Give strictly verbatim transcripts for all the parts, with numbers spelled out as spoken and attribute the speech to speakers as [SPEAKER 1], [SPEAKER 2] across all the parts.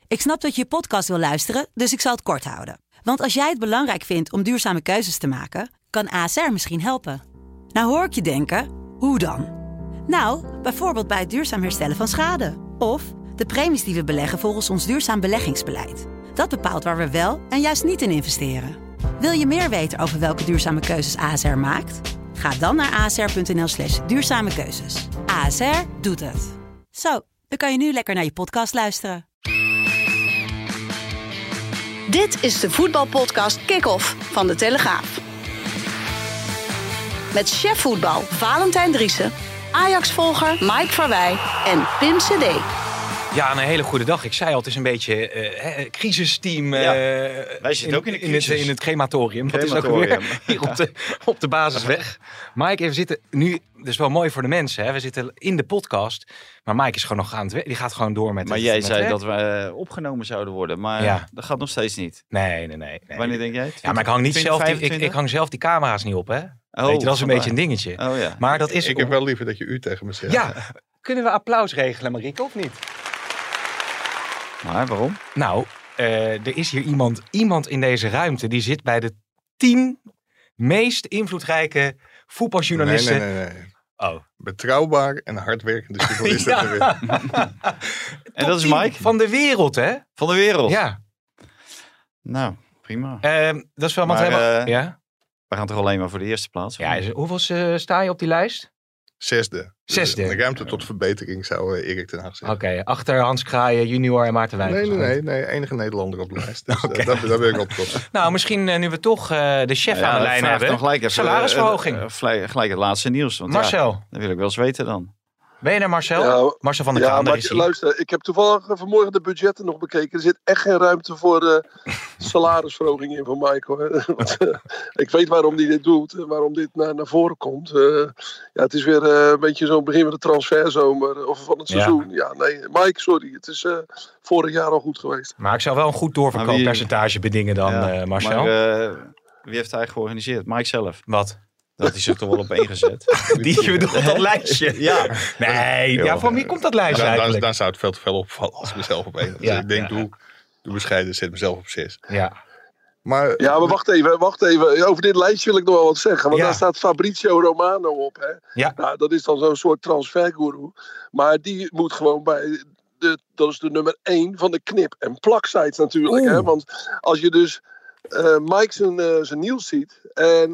[SPEAKER 1] Ik snap dat je je podcast wil luisteren, dus ik zal het kort houden. Want als jij het belangrijk vindt om duurzame keuzes te maken, kan A S R misschien helpen. Nou hoor ik je denken, hoe dan? Nou, bijvoorbeeld bij het duurzaam herstellen van schade. Of de premies die we beleggen volgens ons duurzaam beleggingsbeleid. Dat bepaalt waar we wel en juist niet in investeren. Wil je meer weten over welke duurzame keuzes A S R maakt? Ga dan naar asr.nl slash duurzame keuzes. A S R doet het. Zo, dan kan je nu lekker naar je podcast luisteren.
[SPEAKER 2] Dit is de voetbalpodcast Kick-Off van De Telegraaf. Met chef voetbal Valentijn Driessen, Ajax-volger Mike Verwij en Pim C D.
[SPEAKER 3] Ja, een hele goede dag. Ik zei al, het is een beetje uh, crisisteam. Uh,
[SPEAKER 4] ja, wij zitten
[SPEAKER 3] in,
[SPEAKER 4] ook in de crisis.
[SPEAKER 3] In het, in het crematorium.
[SPEAKER 4] crematorium.
[SPEAKER 3] Dat is ook weer hier op de, op de basisweg. Mike, we zitten nu, dat is wel mooi voor de mensen. Hè? We zitten in de podcast. Maar Mike is gewoon nog aan het werk. Die gaat gewoon door met
[SPEAKER 4] Maar
[SPEAKER 3] het,
[SPEAKER 4] jij
[SPEAKER 3] met
[SPEAKER 4] zei
[SPEAKER 3] werk.
[SPEAKER 4] dat we uh, opgenomen zouden worden. Maar
[SPEAKER 3] Ja.
[SPEAKER 4] dat gaat nog steeds niet.
[SPEAKER 3] Nee, nee, nee. nee.
[SPEAKER 4] Wanneer denk jij? twintig,
[SPEAKER 3] Ja, maar ik hang, niet
[SPEAKER 4] twintig,
[SPEAKER 3] zelf die, ik,
[SPEAKER 4] vijfentwintig?
[SPEAKER 3] ik hang zelf die camera's niet op, hè?
[SPEAKER 4] Oh,
[SPEAKER 3] Weet je, dat is een
[SPEAKER 4] vandaar.
[SPEAKER 3] beetje een dingetje.
[SPEAKER 4] Oh ja.
[SPEAKER 3] Maar dat is...
[SPEAKER 5] Ik heb wel liever dat je u tegen me zegt.
[SPEAKER 3] Ja, kunnen we applaus regelen, Marieke, of niet?
[SPEAKER 4] Maar waarom?
[SPEAKER 3] Nou, uh, er is hier iemand, iemand in deze ruimte die zit bij de tien meest invloedrijke voetbaljournalisten.
[SPEAKER 5] Nee, nee, nee. nee.
[SPEAKER 3] Oh.
[SPEAKER 5] Betrouwbaar en hardwerkende journalisten.
[SPEAKER 3] Ja.
[SPEAKER 5] ter wereld.
[SPEAKER 4] En dat is
[SPEAKER 3] tien
[SPEAKER 4] Mike?
[SPEAKER 3] Van de wereld, hè?
[SPEAKER 4] Van de wereld?
[SPEAKER 3] Ja.
[SPEAKER 4] Nou, prima.
[SPEAKER 3] Uh, dat is wel wat
[SPEAKER 4] Maar,
[SPEAKER 3] we hebben.
[SPEAKER 4] uh,
[SPEAKER 3] Ja?
[SPEAKER 4] We gaan toch alleen maar voor de eerste plaats?
[SPEAKER 3] Ja, is, hoeveel uh, sta je op die lijst?
[SPEAKER 5] Zesde.
[SPEAKER 3] Zesde.
[SPEAKER 5] Dus de ruimte tot verbetering zou uh, Erik ten Hag
[SPEAKER 3] Oké,
[SPEAKER 5] zeggen.
[SPEAKER 3] okay, achter Hans Kraaien junior en Maarten
[SPEAKER 5] Nee,
[SPEAKER 3] Wijngaard.
[SPEAKER 5] nee, nee, nee. Enige Nederlander op de lijst. Dus,
[SPEAKER 3] Okay.
[SPEAKER 5] uh, daar, daar ben ik op trots.
[SPEAKER 3] Nou, misschien uh, nu we toch uh, de chef
[SPEAKER 4] Ja,
[SPEAKER 3] aan de
[SPEAKER 4] dat
[SPEAKER 3] lijn
[SPEAKER 4] vraagt
[SPEAKER 3] hebben.
[SPEAKER 4] dan gelijk even,
[SPEAKER 3] Salarisverhoging.
[SPEAKER 4] Uh, uh, gelijk, gelijk het laatste nieuws. Want
[SPEAKER 3] Marcel.
[SPEAKER 4] Ja, dat wil ik wel eens weten dan.
[SPEAKER 3] Ben je er, Marcel?
[SPEAKER 6] Ja,
[SPEAKER 3] Marcel van der
[SPEAKER 6] ja,
[SPEAKER 3] Kraan, daar
[SPEAKER 6] maar
[SPEAKER 3] is hij.
[SPEAKER 6] luister, ik heb toevallig vanmorgen de budgetten nog bekeken. Er zit echt geen ruimte voor uh, salarisverhoging in van Mike. Hoor. Want, uh, ik weet waarom hij dit doet en waarom dit naar, naar voren komt. Uh, ja, het is weer uh, een beetje zo'n begin van de transferzomer of van het seizoen. Ja, ja nee, Mike, sorry. Het is uh, vorig jaar al goed geweest.
[SPEAKER 3] Maar ik zou wel een goed doorverkooppercentage bedingen dan,
[SPEAKER 4] Ja,
[SPEAKER 3] uh, Marcel.
[SPEAKER 4] Maar uh, wie heeft hij georganiseerd? Mike zelf.
[SPEAKER 3] Wat?
[SPEAKER 4] Dat is er toch wel op één gezet.
[SPEAKER 3] Die je bedoelt, dat lijstje.
[SPEAKER 4] Ja.
[SPEAKER 3] Nee, ja, van wie komt dat lijstje
[SPEAKER 5] Dan, dan,
[SPEAKER 3] eigenlijk?
[SPEAKER 5] dan zou het veel te veel opvallen als ik mezelf op één. Dus
[SPEAKER 3] Ja,
[SPEAKER 5] ik denk,
[SPEAKER 3] ja.
[SPEAKER 5] doe, doe bescheiden, zet mezelf op zes.
[SPEAKER 3] Ja.
[SPEAKER 5] Maar,
[SPEAKER 6] Ja, maar wacht even, wacht even. Over dit lijstje wil ik nog wel wat zeggen. Want
[SPEAKER 3] Ja.
[SPEAKER 6] daar staat Fabrizio Romano op. Hè?
[SPEAKER 3] Ja.
[SPEAKER 6] Nou, dat is dan zo'n soort transferguru. Maar die moet gewoon bij... De, dat is de nummer één van de knip- en plaksites natuurlijk. Hè? Want als je dus uh, Mike zijn, uh, zijn nieuws ziet... en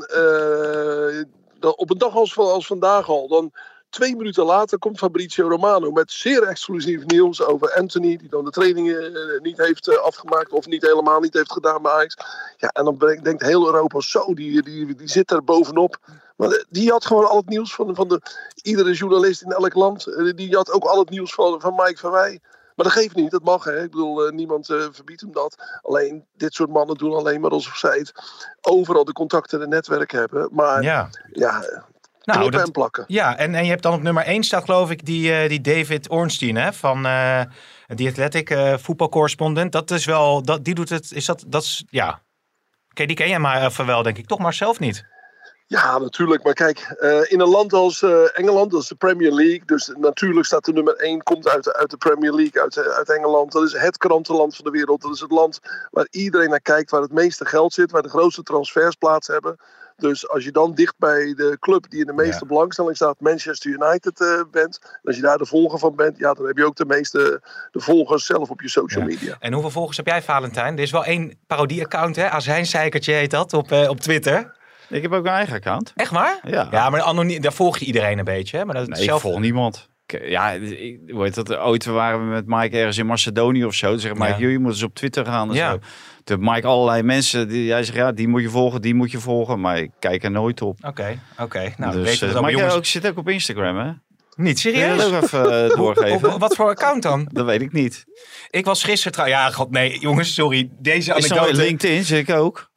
[SPEAKER 6] uh, dan op een dag als, als vandaag al... dan twee minuten later komt Fabrizio Romano met zeer exclusief nieuws over Anthony... die dan de trainingen uh, niet heeft uh, afgemaakt... of niet helemaal niet heeft gedaan bij Ajax. Ja, en dan denkt heel Europa zo, die, die, die zit er bovenop... Maar die had gewoon al het nieuws van, van de, iedere journalist in elk land. Die had ook al het nieuws van, van Mike Verwij. Maar dat geeft niet, dat mag. Hè. Ik bedoel, uh, niemand uh, verbiedt hem dat. Alleen, dit soort mannen doen alleen maar alsof zij het overal de contacten en het netwerk hebben. Maar ja,
[SPEAKER 3] Ja.
[SPEAKER 6] ja
[SPEAKER 3] Nou,
[SPEAKER 6] knippen
[SPEAKER 3] dat,
[SPEAKER 6] en plakken.
[SPEAKER 3] ja, en, en je hebt dan op nummer één staat geloof ik die, uh, die David Ornstein, hè, van uh, The Athletic, uh, voetbalcorrespondent. Dat is wel, dat, die doet het, is dat, dat is, ja. Oké, die ken jij maar even wel, denk ik. Toch maar zelf niet.
[SPEAKER 6] Ja, natuurlijk. Maar kijk, uh, in een land als uh, Engeland, dat is de Premier League. Dus natuurlijk staat de nummer één, komt uit, uit de Premier League, uit, uit Engeland. Dat is het krantenland van de wereld. Dat is het land waar iedereen naar kijkt, waar het meeste geld zit, waar de grootste transfers plaats hebben. Dus als je dan dicht bij de club die in de meeste
[SPEAKER 3] Ja.
[SPEAKER 6] belangstelling staat, Manchester United uh, bent. En als je daar de volger van bent, ja, dan heb je ook de meeste de volgers zelf op je social
[SPEAKER 3] Ja.
[SPEAKER 6] media.
[SPEAKER 3] En hoeveel volgers heb jij, Valentijn? Er is wel één parodie-account, hè? Azijnzeikertje heet dat, op, uh, op Twitter.
[SPEAKER 4] Ik heb ook een eigen account.
[SPEAKER 3] Echt waar?
[SPEAKER 4] Ja.
[SPEAKER 3] Ja, maar anoniem, daar volg je iedereen een beetje, hè? Maar dat
[SPEAKER 4] Nee,
[SPEAKER 3] zelf...
[SPEAKER 4] ik volg niemand. Ik- Ja, ik, hoe heet dat? Ooit waren we met Mike ergens in Macedonië of zo. Toen zeg ik, Mike,
[SPEAKER 3] Ja.
[SPEAKER 4] joh, je moet eens op Twitter gaan en
[SPEAKER 3] Ja.
[SPEAKER 4] zo. Toen heb Mike allerlei mensen, die, jij zegt, ja, die moet je volgen, die moet je volgen. Maar ik kijk er nooit op.
[SPEAKER 3] Oké, oké. Nou,
[SPEAKER 4] dus,
[SPEAKER 3] weet je
[SPEAKER 4] uh,
[SPEAKER 3] dat
[SPEAKER 4] maar
[SPEAKER 3] jongens...
[SPEAKER 4] jij ook, zit ook op Instagram, hè?
[SPEAKER 3] Niet
[SPEAKER 4] Kun je
[SPEAKER 3] serieus?
[SPEAKER 4] dat ook even uh, doorgeven?
[SPEAKER 3] Op, wat voor account dan?
[SPEAKER 4] Dat weet ik niet.
[SPEAKER 3] Ik was gisteren trouw... Ja, god nee, jongens, sorry. Deze
[SPEAKER 4] Is
[SPEAKER 3] anekdote...
[SPEAKER 4] er LinkedIn, zit ik ook.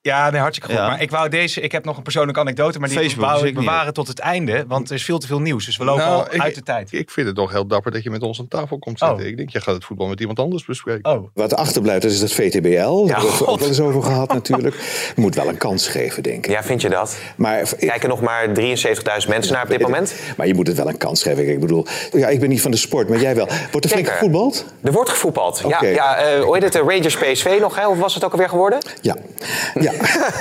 [SPEAKER 3] Ja, nee, hartstikke goed.
[SPEAKER 4] Ja.
[SPEAKER 3] Maar ik wou deze, ik heb nog een persoonlijke anekdote, maar die
[SPEAKER 4] Facebook
[SPEAKER 3] wou
[SPEAKER 4] zie
[SPEAKER 3] ik
[SPEAKER 4] ik niet
[SPEAKER 3] bewaren tot het einde, want er is veel te veel nieuws. Dus we lopen
[SPEAKER 5] Nou,
[SPEAKER 3] al
[SPEAKER 5] ik-
[SPEAKER 3] uit de tijd.
[SPEAKER 5] Ik vind het toch heel dapper dat je met ons aan tafel komt zitten.
[SPEAKER 3] Oh.
[SPEAKER 5] Ik denk, je gaat het voetbal met iemand anders bespreken.
[SPEAKER 3] Oh,
[SPEAKER 7] Wat achterblijft, dat is het V T B L. Daar hebben we het
[SPEAKER 3] God.
[SPEAKER 7] ook wel eens over gehad natuurlijk. Je moet wel een kans geven, denk ik.
[SPEAKER 8] Ja, vind je dat?
[SPEAKER 7] Maar,
[SPEAKER 8] Kijken nog maar drieënzeventigduizend mensen naar op dit moment?
[SPEAKER 7] maar je moet het wel een kans geven. Ik bedoel, ja, ik ben niet van de sport, maar jij wel. Wordt er flink
[SPEAKER 8] Zeker.
[SPEAKER 7] gevoetbald?
[SPEAKER 8] Er wordt gevoetbald.
[SPEAKER 7] Oké.
[SPEAKER 8] Ja, ja uh, hoe heet het? De Rangers P S V nog, hè? Of was het ook alweer geworden?
[SPEAKER 7] Ja. ja.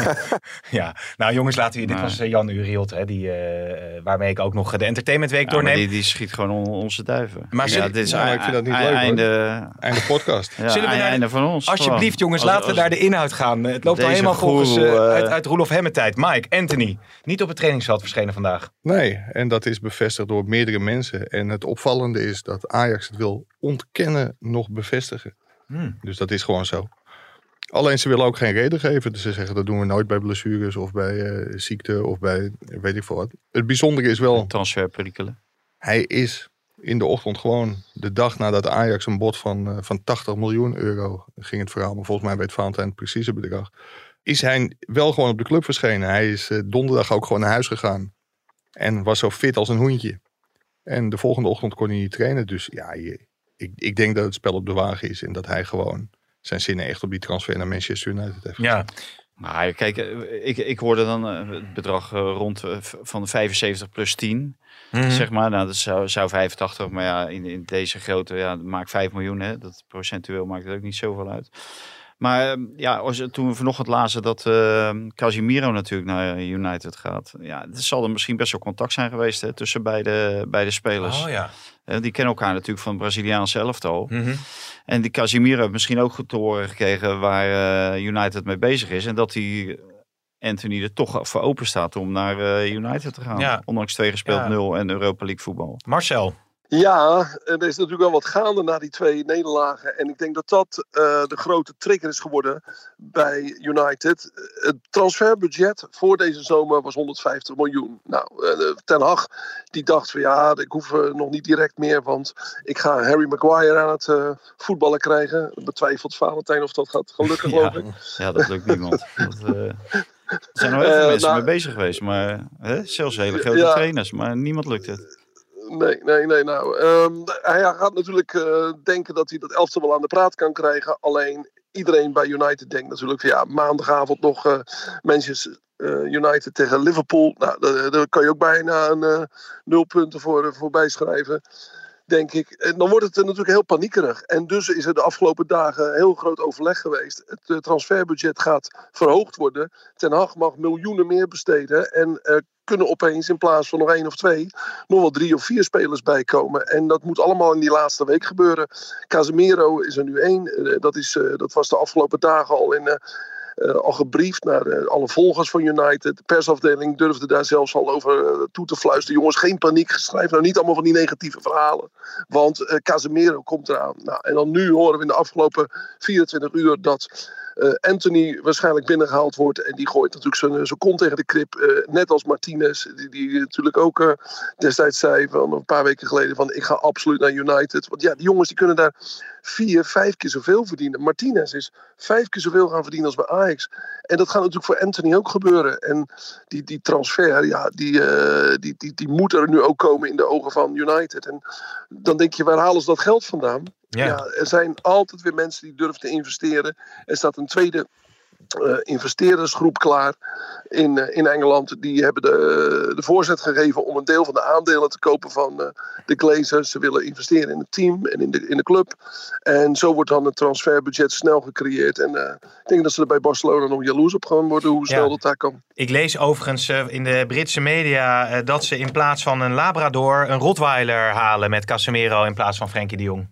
[SPEAKER 3] ja. Nou jongens, laten we... Dit was uh, Jan Urielt, hè, die, uh, waarmee ik ook nog de Entertainment Week
[SPEAKER 4] Ja, maar
[SPEAKER 3] doorneem.
[SPEAKER 4] die, die schiet gewoon on, onze duiven.
[SPEAKER 3] Maar
[SPEAKER 4] ja,
[SPEAKER 3] zullen-
[SPEAKER 4] dit is
[SPEAKER 5] Ja, maar ik vind dat niet leuk, hoor.
[SPEAKER 4] einde,
[SPEAKER 5] Einde podcast.
[SPEAKER 4] ja,
[SPEAKER 3] Zullen we naar de-
[SPEAKER 4] einde van ons.
[SPEAKER 3] Alsjeblieft
[SPEAKER 4] gewoon.
[SPEAKER 3] jongens,
[SPEAKER 4] Als-
[SPEAKER 3] laten we
[SPEAKER 4] als-
[SPEAKER 3] naar de inhoud gaan. Het loopt al
[SPEAKER 4] Deze
[SPEAKER 3] helemaal volgens uh,
[SPEAKER 4] goeroe, uh,
[SPEAKER 3] uit, uit Roelof Hemme tijd. Mike, Anthony, niet op het trainingsveld verschenen vandaag.
[SPEAKER 5] Nee, en dat is bevestigd door meerdere mensen. En het opvallende is dat Ajax het wil ontkennen nog bevestigen.
[SPEAKER 3] Hmm.
[SPEAKER 5] Dus dat is gewoon zo. Alleen ze willen ook geen reden geven. Dus ze zeggen dat doen we nooit bij blessures of bij uh, ziekte of bij weet ik veel wat. Het bijzondere is wel,
[SPEAKER 4] Transferperikelen.
[SPEAKER 5] hij is in de ochtend gewoon de dag nadat Ajax een bod van, uh, van tachtig miljoen euro ging het verhaal. Maar volgens mij weet Valentijn het precieze bedrag. Is hij wel gewoon op de club verschenen. Hij is uh, donderdag ook gewoon naar huis gegaan. En was zo fit als een hoentje. En de volgende ochtend kon hij niet trainen. Dus ja, je, ik, ik denk dat het spel op de wagen is. En dat hij gewoon zijn zinnen echt op die transfer naar Manchester United heeft.
[SPEAKER 3] Ja,
[SPEAKER 4] Maar kijk, ik, ik hoorde dan uh, het bedrag uh, rond uh, van de vijfenzeventig plus tien.
[SPEAKER 3] Mhm.
[SPEAKER 4] Zeg maar, nou, dat zou, zou vijfentachtig, maar ja, in, in deze grootte, ja, dat maakt vijf miljoen. Hè? Dat procentueel maakt het ook niet zoveel uit. Maar uh, ja, als, toen we vanochtend lazen dat uh, Casemiro natuurlijk naar United gaat. Ja, er zal er misschien best wel contact zijn geweest hè, tussen beide, beide spelers.
[SPEAKER 3] oh ja.
[SPEAKER 4] Uh, die kennen elkaar natuurlijk van het Braziliaanse elftal.
[SPEAKER 3] Mhm.
[SPEAKER 4] En die Casemiro heeft misschien ook goed te horen gekregen waar uh, United mee bezig is. En dat die Anthony er toch voor open staat om naar uh, United te gaan.
[SPEAKER 3] Ja.
[SPEAKER 4] Ondanks twee gespeeld
[SPEAKER 3] Ja.
[SPEAKER 4] nul en Europa League voetbal.
[SPEAKER 3] Marcel.
[SPEAKER 6] Ja, er is natuurlijk wel wat gaande na die twee nederlagen. En ik denk dat dat uh, de grote trigger is geworden bij United. Het transferbudget voor deze zomer was honderdvijftig miljoen. Nou, uh, Ten Hag die dacht van ja, ik hoef uh, nog niet direct meer. Want ik ga Harry Maguire aan het uh, voetballen krijgen. Betwijfelt Valentijn of dat gaat gelukken, geloof ik.
[SPEAKER 4] Ja, dat lukt niemand. Dat, uh, er zijn nog heel veel
[SPEAKER 6] Uh,
[SPEAKER 4] mensen
[SPEAKER 6] nou-
[SPEAKER 4] mee bezig geweest. Maar hè, zelfs hele grote
[SPEAKER 6] Ja.
[SPEAKER 4] trainers. Maar niemand lukt het.
[SPEAKER 6] Nee, nee, nee. Nou, um, hij gaat natuurlijk uh, denken dat hij dat elftal wel aan de praat kan krijgen. Alleen iedereen bij United denkt natuurlijk van ja, maandagavond nog uh, Manchester uh, United tegen Liverpool. Nou, daar, daar kan je ook bijna een uh, nul punten voor, uh, voorbij schrijven. Denk ik. En dan wordt het natuurlijk heel paniekerig. En dus is er de afgelopen dagen heel groot overleg geweest. Het uh, transferbudget gaat verhoogd worden. Ten Hag mag miljoenen meer besteden. En er kunnen opeens in plaats van nog één of twee nog wel drie of vier spelers bijkomen. En dat moet allemaal in die laatste week gebeuren. Casemiro is er nu één. Uh, dat, is, uh, dat was de afgelopen dagen al in... Uh, Uh, al gebriefd naar uh, alle volgers van United. De persafdeling durfde daar zelfs al over uh, toe te fluisteren. Jongens, geen paniek. Schrijf nou niet allemaal van die negatieve verhalen. Want uh, Casemiro komt eraan. Nou, en dan nu horen we in de afgelopen vierentwintig uur dat uh, Anthony waarschijnlijk binnengehaald wordt. En die gooit natuurlijk zijn, zijn kont tegen de krip. Uh, net als Martinez. Die, die natuurlijk ook uh, destijds zei van een paar weken geleden van ik ga absoluut naar United. Want ja, die jongens die kunnen daar vier, vijf keer zoveel verdienen. Martinez is vijf keer zoveel gaan verdienen als bij Ajax. En dat gaat natuurlijk voor Anthony ook gebeuren. En die, die transfer, ja, die, uh, die, die, die moet er nu ook komen in de ogen van United. En dan denk je, waar halen ze dat geld vandaan?
[SPEAKER 3] Ja.
[SPEAKER 6] Ja, er zijn altijd weer mensen die durven te investeren. Er staat een tweede uh, investeerdersgroep klaar in, uh, in Engeland. Die hebben de, de voorzet gegeven om een deel van de aandelen te kopen van uh, de Glazers. Ze willen investeren in het team en in de, in de club. En zo wordt dan het transferbudget snel gecreëerd. En uh, ik denk dat ze er bij Barcelona nog jaloers op gaan worden hoe snel
[SPEAKER 3] Ja.
[SPEAKER 6] dat daar kan.
[SPEAKER 3] Ik lees overigens uh, in de Britse media uh, dat ze in plaats van een Labrador een Rottweiler halen met Casemiro in plaats van Frenkie de Jong.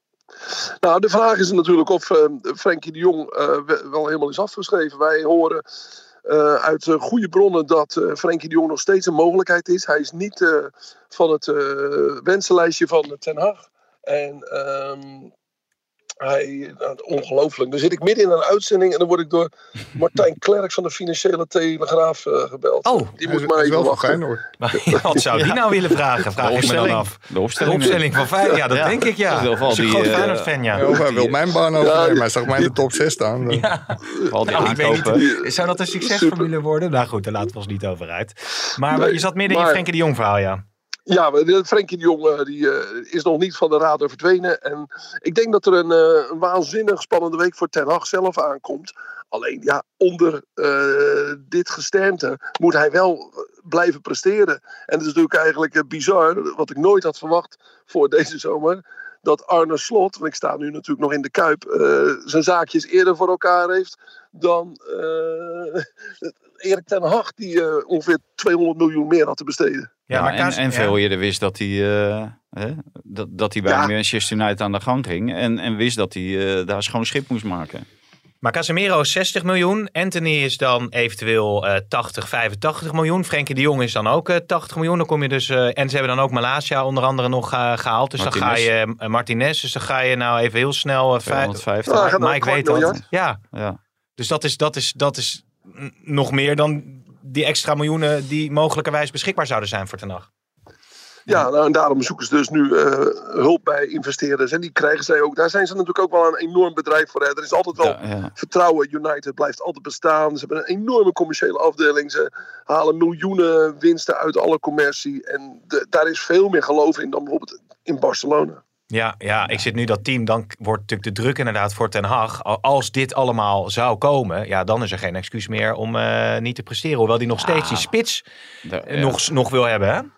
[SPEAKER 6] Nou, de vraag is natuurlijk of uh, Frenkie de Jong uh, wel helemaal is afgeschreven. Wij horen uh, uit uh, goede bronnen dat uh, Frenkie de Jong nog steeds een mogelijkheid is. Hij is niet uh, van het uh, wensenlijstje van Ten Hag. En um, Hij, nou, ongelooflijk. Dan zit ik midden in een uitzending en dan word ik door Martijn Klerk van de Financiële Telegraaf uh, gebeld.
[SPEAKER 3] Oh,
[SPEAKER 6] die moet maar even wachten.
[SPEAKER 3] Wat zou die ja. nou willen vragen? Vraag ik me dan af.
[SPEAKER 4] De opstelling,
[SPEAKER 3] de opstelling van Feyenoord. Ja, dat ja. denk ik ja. Dat is een groot uh, Feyenoord-fan, ja.
[SPEAKER 5] ja hij wil mijn baan overnemen. Ja, hij zag mij in de top zes staan.
[SPEAKER 3] Ja. Al die nou, ik weet niet, zou dat een succesformule worden? Nou goed, daar laten we ons niet over uit. Maar nee, je zat midden maar, in je Frenkie de Jong verhaal, ja.
[SPEAKER 6] Ja, Frenkie de Jong die, uh, is nog niet van de radar verdwenen. En ik denk dat er een, uh, een waanzinnig spannende week voor Ten Hag zelf aankomt. Alleen, ja, onder uh, dit gesternte moet hij wel blijven presteren. En het is natuurlijk eigenlijk uh, bizar, wat ik nooit had verwacht voor deze zomer. Dat Arne Slot, want ik sta nu natuurlijk nog in de Kuip, uh, zijn zaakjes eerder voor elkaar heeft dan uh, Erik ten Hag, die uh, ongeveer tweehonderd miljoen meer had te besteden.
[SPEAKER 4] Ja, maar en, en veel ja. eerder wist dat hij, uh, hè, dat, dat hij bij ja. Manchester United aan de gang ging. En, en wist dat hij uh, daar schoon schip moest maken.
[SPEAKER 3] Maar Casemiro is zestig miljoen. Anthony is dan eventueel uh, tachtig, vijfentachtig miljoen. Frenkie de Jong is dan ook uh, tachtig miljoen. Dan kom je dus, uh, en ze hebben dan ook Malasia onder andere nog uh, gehaald. Dus Martinez. dan ga je uh, Martinez. Dus dan ga je nou even heel snel. Uh,
[SPEAKER 4] tweehonderdvijftig.
[SPEAKER 6] Ja,
[SPEAKER 3] maar ik weet dat. Ja.
[SPEAKER 4] ja.
[SPEAKER 3] Dus dat is, dat, is, dat is nog meer dan die extra miljoenen die mogelijkerwijs beschikbaar zouden zijn voor Ten Hag.
[SPEAKER 6] Ja, nou, en daarom zoeken ze dus nu uh, hulp bij investeerders. En die krijgen zij ook. Daar zijn ze natuurlijk ook wel een enorm bedrijf voor. Hè. Er is altijd wel ja, ja. vertrouwen. United blijft altijd bestaan. Ze hebben een enorme commerciële afdeling. Ze halen miljoenen winsten uit alle commercie. En de, daar is veel meer geloof in dan bijvoorbeeld in Barcelona.
[SPEAKER 3] Ja, ja, ik zit nu dat team. Dan wordt natuurlijk de druk inderdaad voor Ten Hag. Als dit allemaal zou komen, ja, dan is er geen excuus meer om uh, niet te presteren. Hoewel die nog steeds ja. die spits de, ja. nog, nog wil hebben, hè?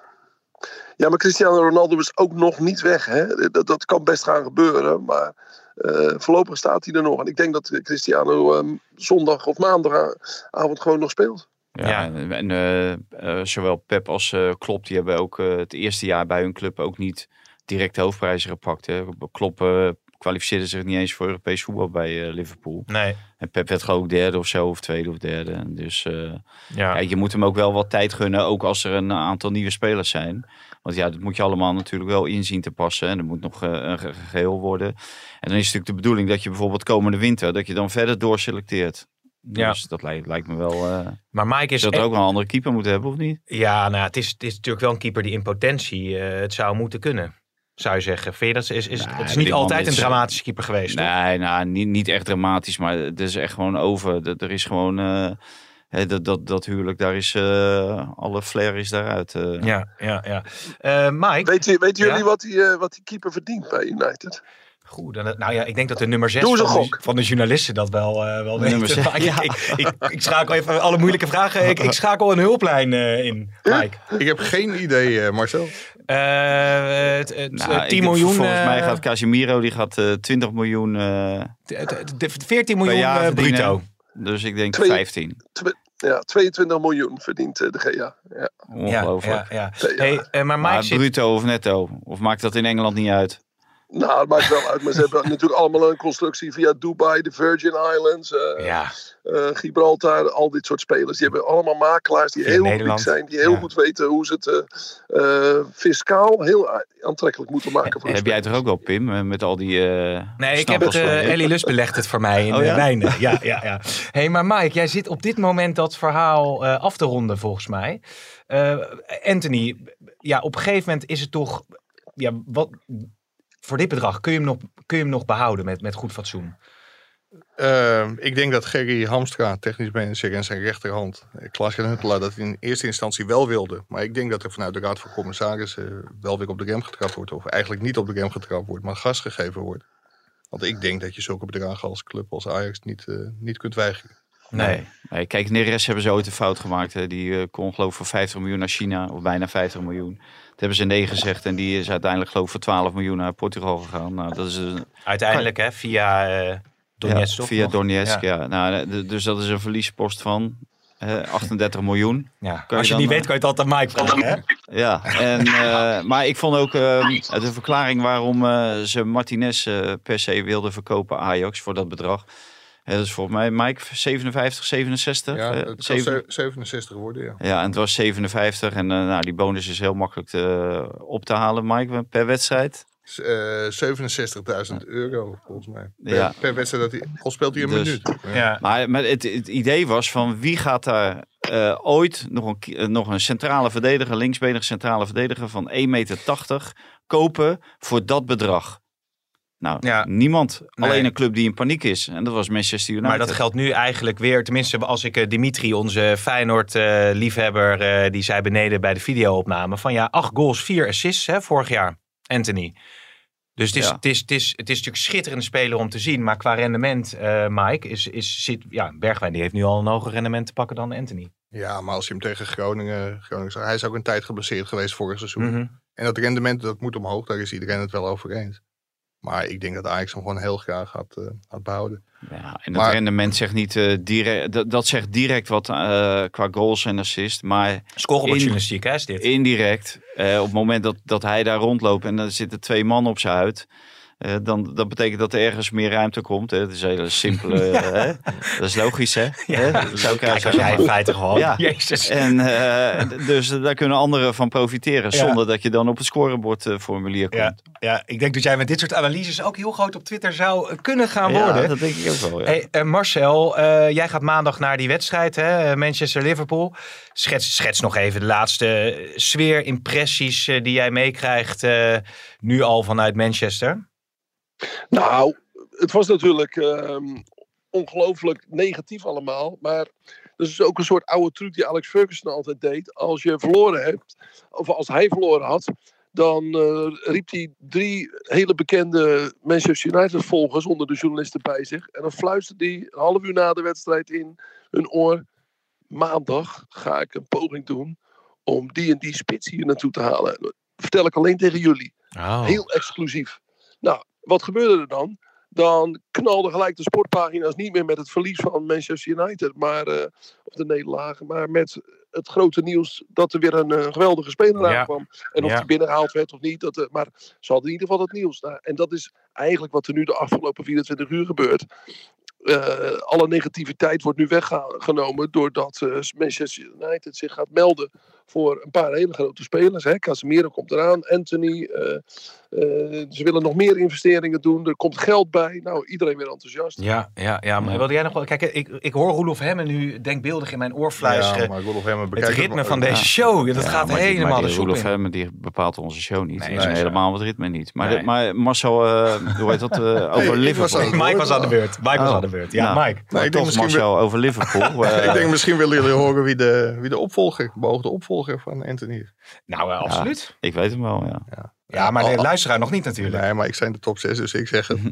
[SPEAKER 6] Ja, maar Cristiano Ronaldo is ook nog niet weg. Hè? Dat, dat kan best gaan gebeuren. Maar uh, voorlopig staat hij er nog. En ik denk dat Cristiano um, zondag of maandagavond gewoon nog speelt.
[SPEAKER 4] Ja, ja. en uh, uh, zowel Pep als uh, Klopp, die hebben ook uh, het eerste jaar bij hun club ook niet direct de hoofdprijzen gepakt. Hè. Klopp uh, kwalificeerde zich niet eens voor Europees voetbal bij uh, Liverpool.
[SPEAKER 3] Nee.
[SPEAKER 4] En Pep werd gewoon derde of zo, of tweede of derde. Dus uh, ja. Ja, je moet hem ook wel wat tijd gunnen, ook als er een aantal nieuwe spelers zijn. Want ja, dat moet je allemaal natuurlijk wel inzien te passen. En er moet nog uh, een ge- geheel worden. En dan is het natuurlijk de bedoeling dat je bijvoorbeeld komende winter, dat je dan verder doorselecteert. Dus ja. dat lijkt, lijkt me wel... Uh,
[SPEAKER 3] maar Mike is...
[SPEAKER 4] Dat er ook wel een andere keeper moeten hebben, of niet?
[SPEAKER 3] Ja, nou, het is, het is natuurlijk wel een keeper die in potentie uh, het zou moeten kunnen. Zou je zeggen. Vind je dat, is, is, nee, het is niet altijd een dramatische keeper geweest,
[SPEAKER 4] Nee, toch? nou, niet, niet echt dramatisch, maar het is echt gewoon over. Er is gewoon... Uh, He, dat, dat, dat huwelijk, daar is uh, alle flair is daaruit. Uh.
[SPEAKER 3] Ja, ja, ja. Uh, Mike?
[SPEAKER 6] Weet, weten jullie ja? wat, die, uh, wat die keeper verdient bij United?
[SPEAKER 3] Goed, dan, nou ja, ik denk dat de nummer zes van de, van de journalisten dat wel, uh, wel weten. Ja. Ik, ik, ik, ik schakel even alle moeilijke vragen. Ik, ik schakel een hulplijn uh, in, Mike.
[SPEAKER 5] Ik heb geen idee, uh, Marcel.
[SPEAKER 3] Uh, het, het, nou, tien miljoen.
[SPEAKER 4] Volgens uh, mij gaat Casemiro, die gaat uh, twintig miljoen. Uh,
[SPEAKER 3] veertien miljoen uh, bruto.
[SPEAKER 4] Dus ik denk
[SPEAKER 6] Twee,
[SPEAKER 4] vijftien.
[SPEAKER 6] Twee, ja, tweeëntwintig miljoen verdient uh, de G A. Ja.
[SPEAKER 4] Ongelooflijk.
[SPEAKER 3] Ja, ja, ja. Hey, uh, maar
[SPEAKER 4] maar
[SPEAKER 3] zit...
[SPEAKER 4] bruto of netto? Of maakt dat in Engeland niet uit?
[SPEAKER 6] Nou, het maakt wel uit. Maar ze hebben natuurlijk allemaal een constructie via Dubai, de Virgin Islands, uh,
[SPEAKER 3] ja.
[SPEAKER 6] uh, Gibraltar, al dit soort spelers. Die hebben allemaal makelaars die via heel Nederland. goed zijn. Die heel ja. goed weten hoe ze het uh, uh, fiscaal heel aantrekkelijk moeten maken. Voor
[SPEAKER 4] heb
[SPEAKER 6] spelers.
[SPEAKER 4] jij toch ook wel, Pim, met al die uh,
[SPEAKER 3] Nee, ik heb het, uh, Ellie Lus belegt het voor mij in oh, ja? Wijnen. Ja, ja, ja. Hey, maar Mike, jij zit op dit moment dat verhaal uh, af te ronden volgens mij. Uh, Anthony, ja, op een gegeven moment is het toch... Ja, wat... Voor dit bedrag, kun je hem nog, kun je hem nog behouden met, met goed fatsoen?
[SPEAKER 5] Uh, ik denk dat Gerry Hamstra, technisch manager, en zijn rechterhand, Klaas-Jan Huntelaar, dat in eerste instantie wel wilde. Maar ik denk dat er vanuit de Raad van Commissarissen wel weer op de rem getrapt wordt. Of eigenlijk niet op de rem getrapt wordt, maar gas gegeven wordt. Want ik denk dat je zulke bedragen als club, als Ajax, niet, uh, niet kunt weigeren.
[SPEAKER 4] Nee. nee. Kijk, Neres hebben ze ooit een fout gemaakt. Hè. Die uh, kon geloof ik voor vijftig miljoen naar China. Of bijna vijftig miljoen. Dat hebben ze nee gezegd. En die is uiteindelijk geloof ik voor twaalf miljoen naar Portugal gegaan. Nou, dat is een...
[SPEAKER 3] Uiteindelijk hè, via uh, Donetsk.
[SPEAKER 4] Ja, via Donetsk, ja. ja. Nou, d- dus dat is een verliespost van uh, achtendertig miljoen.
[SPEAKER 3] Ja. Als je het niet uh, weet, kan je het altijd aan Mike vragen. Hè?
[SPEAKER 4] Ja, en, uh, maar ik vond ook uh, de verklaring waarom uh, ze Martinez uh, per se wilden verkopen Ajax voor dat bedrag. Ja, dat is volgens mij, Mike, zevenenvijftig, zevenenzestig?
[SPEAKER 5] Ja, het is zeven... zevenenzestig geworden, ja.
[SPEAKER 4] Ja, en het was zevenenvijftig. En uh, nou, die bonus is heel makkelijk te, op te halen, Mike, per wedstrijd.
[SPEAKER 5] Uh, zevenenzestigduizend euro volgens mij. Per,
[SPEAKER 4] Ja.
[SPEAKER 5] per wedstrijd dat hij, al speelt hij een
[SPEAKER 4] Dus-
[SPEAKER 5] minuut. Ja.
[SPEAKER 3] Ja.
[SPEAKER 4] Maar, maar het, het idee was van wie gaat daar uh, ooit nog een, ki- uh, nog een centrale verdediger, linksbenige centrale verdediger van één meter tachtig kopen voor dat bedrag? Nou,
[SPEAKER 3] Ja.
[SPEAKER 4] niemand.
[SPEAKER 3] Nee.
[SPEAKER 4] Alleen een club die in paniek is. En dat was Manchester United.
[SPEAKER 3] Maar dat geldt nu eigenlijk weer, tenminste als ik uh, Dimitri, onze Feyenoord-liefhebber, uh, die zei beneden bij de videoopname, van ja, acht goals, vier assists hè, vorig jaar, Anthony. Dus het is,
[SPEAKER 4] Ja.
[SPEAKER 3] het, is, het, is, het is natuurlijk een schitterende speler om te zien, maar qua rendement, uh, Mike, is, is, zit, ja, Bergwijn die heeft nu al een hoger rendement te pakken dan Anthony.
[SPEAKER 5] Ja, maar als je hem tegen Groningen, Groningen zag, hij is ook een tijd geblesseerd geweest vorig seizoen.
[SPEAKER 3] Mm-hmm.
[SPEAKER 5] En dat rendement, dat moet omhoog, daar is iedereen het wel over eens. Maar ik denk dat Ajax hem gewoon heel graag had, uh, had behouden.
[SPEAKER 4] Ja, en dat
[SPEAKER 5] Maar-
[SPEAKER 4] rendement zegt niet uh, direct, dat, dat zegt direct wat uh, qua goals en assists, maar
[SPEAKER 3] Scorebordjournalistiek, hè, is dit?
[SPEAKER 4] indirect, uh, op het moment dat, dat hij daar rondloopt en er zitten twee man op zijn huid, uh, dan dat betekent dat er ergens meer ruimte komt. Hè? Dat is een hele simpele,
[SPEAKER 3] Ja.
[SPEAKER 4] hè? Dat is logisch, hè?
[SPEAKER 3] Ja.
[SPEAKER 4] Hè? Zou ik
[SPEAKER 3] Kijk, als
[SPEAKER 4] zeggen.
[SPEAKER 3] jij in feite gewoon,
[SPEAKER 4] Ja.
[SPEAKER 3] Jezus.
[SPEAKER 4] En uh, dus daar kunnen anderen van profiteren,
[SPEAKER 3] Ja.
[SPEAKER 4] zonder dat je dan op het scorebordformulier komt.
[SPEAKER 3] Ja, ja, ik denk dat jij met dit soort analyses ook heel groot op Twitter zou kunnen gaan
[SPEAKER 4] Ja,
[SPEAKER 3] worden.
[SPEAKER 4] dat denk ik ook wel. Ja.
[SPEAKER 3] Hey, uh, Marcel, uh, jij gaat maandag naar die wedstrijd, hè? Manchester-Liverpool. Schets, schets nog even de laatste sfeer, impressies uh, die jij meekrijgt uh, nu al vanuit Manchester.
[SPEAKER 6] Nou, het was natuurlijk um, ongelooflijk negatief allemaal. Maar dat is ook een soort oude truc die Alex Ferguson altijd deed. Als je verloren hebt, of als hij verloren had, dan uh, riep hij drie hele bekende Manchester United volgers onder de journalisten bij zich. En dan fluisterde hij een half uur na de wedstrijd in hun oor: maandag ga ik een poging doen om die en die spits hier naartoe te halen. Dat vertel ik alleen tegen jullie.
[SPEAKER 3] Oh.
[SPEAKER 6] Heel exclusief. Nou, wat gebeurde er dan? Dan knalden gelijk de sportpagina's niet meer met het verlies van Manchester United, maar, uh, of de nederlagen, maar met het grote nieuws dat er weer een uh, geweldige speler
[SPEAKER 3] Ja.
[SPEAKER 6] aankwam. En of
[SPEAKER 3] Ja.
[SPEAKER 6] die binnengehaald werd of niet, dat, uh, maar ze hadden in ieder geval het nieuws. Nou, en dat is eigenlijk wat er nu de afgelopen vierentwintig uur gebeurt. Uh, alle negativiteit wordt nu weggenomen doordat uh, Manchester United zich gaat melden voor een paar hele grote spelers. Hè. Casemiro komt eraan, Anthony. Uh, uh, ze willen nog meer investeringen doen. Er komt geld bij. Nou, iedereen weer enthousiast.
[SPEAKER 3] Ja, ja, ja, maar wilde jij nog wel... Kijk, ik, ik hoor Roelof Hemmen nu denkbeeldig in mijn oor fluisteren.
[SPEAKER 5] Ja, maar ik wil nog helemaal
[SPEAKER 3] Het
[SPEAKER 5] bekijken.
[SPEAKER 3] ritme van deze show, dat
[SPEAKER 4] Ja,
[SPEAKER 3] gaat
[SPEAKER 4] maar die-
[SPEAKER 3] helemaal
[SPEAKER 4] maar
[SPEAKER 3] de
[SPEAKER 4] die
[SPEAKER 3] soep
[SPEAKER 4] Roelof
[SPEAKER 3] in.
[SPEAKER 4] Hemmen, die bepaalt onze show niet.
[SPEAKER 3] Nee,
[SPEAKER 4] Nee,
[SPEAKER 3] dat is
[SPEAKER 4] helemaal het ritme niet. Maar,
[SPEAKER 3] Nee.
[SPEAKER 4] de, maar Marcel, uh, hoe heet dat? Uh, over
[SPEAKER 5] ik was
[SPEAKER 4] Liverpool.
[SPEAKER 5] aan het
[SPEAKER 3] Mike was aan de beurt. Mike was
[SPEAKER 4] Oh.
[SPEAKER 3] aan de beurt. Ja,
[SPEAKER 4] Nou,
[SPEAKER 3] Mike.
[SPEAKER 4] maar
[SPEAKER 5] ik denk
[SPEAKER 4] toch
[SPEAKER 5] misschien
[SPEAKER 4] Marcel over Liverpool. Uh,
[SPEAKER 5] ik denk misschien willen jullie horen wie de, wie de opvolger, beoogde opvolger van Anthony is.
[SPEAKER 3] Nou, uh, absoluut.
[SPEAKER 4] ik weet hem wel, ja.
[SPEAKER 5] Ja,
[SPEAKER 3] Ja, maar de
[SPEAKER 5] Al-
[SPEAKER 3] luisteraar nog niet natuurlijk.
[SPEAKER 5] Nee, maar ik sta in de top zes, dus ik zeg het.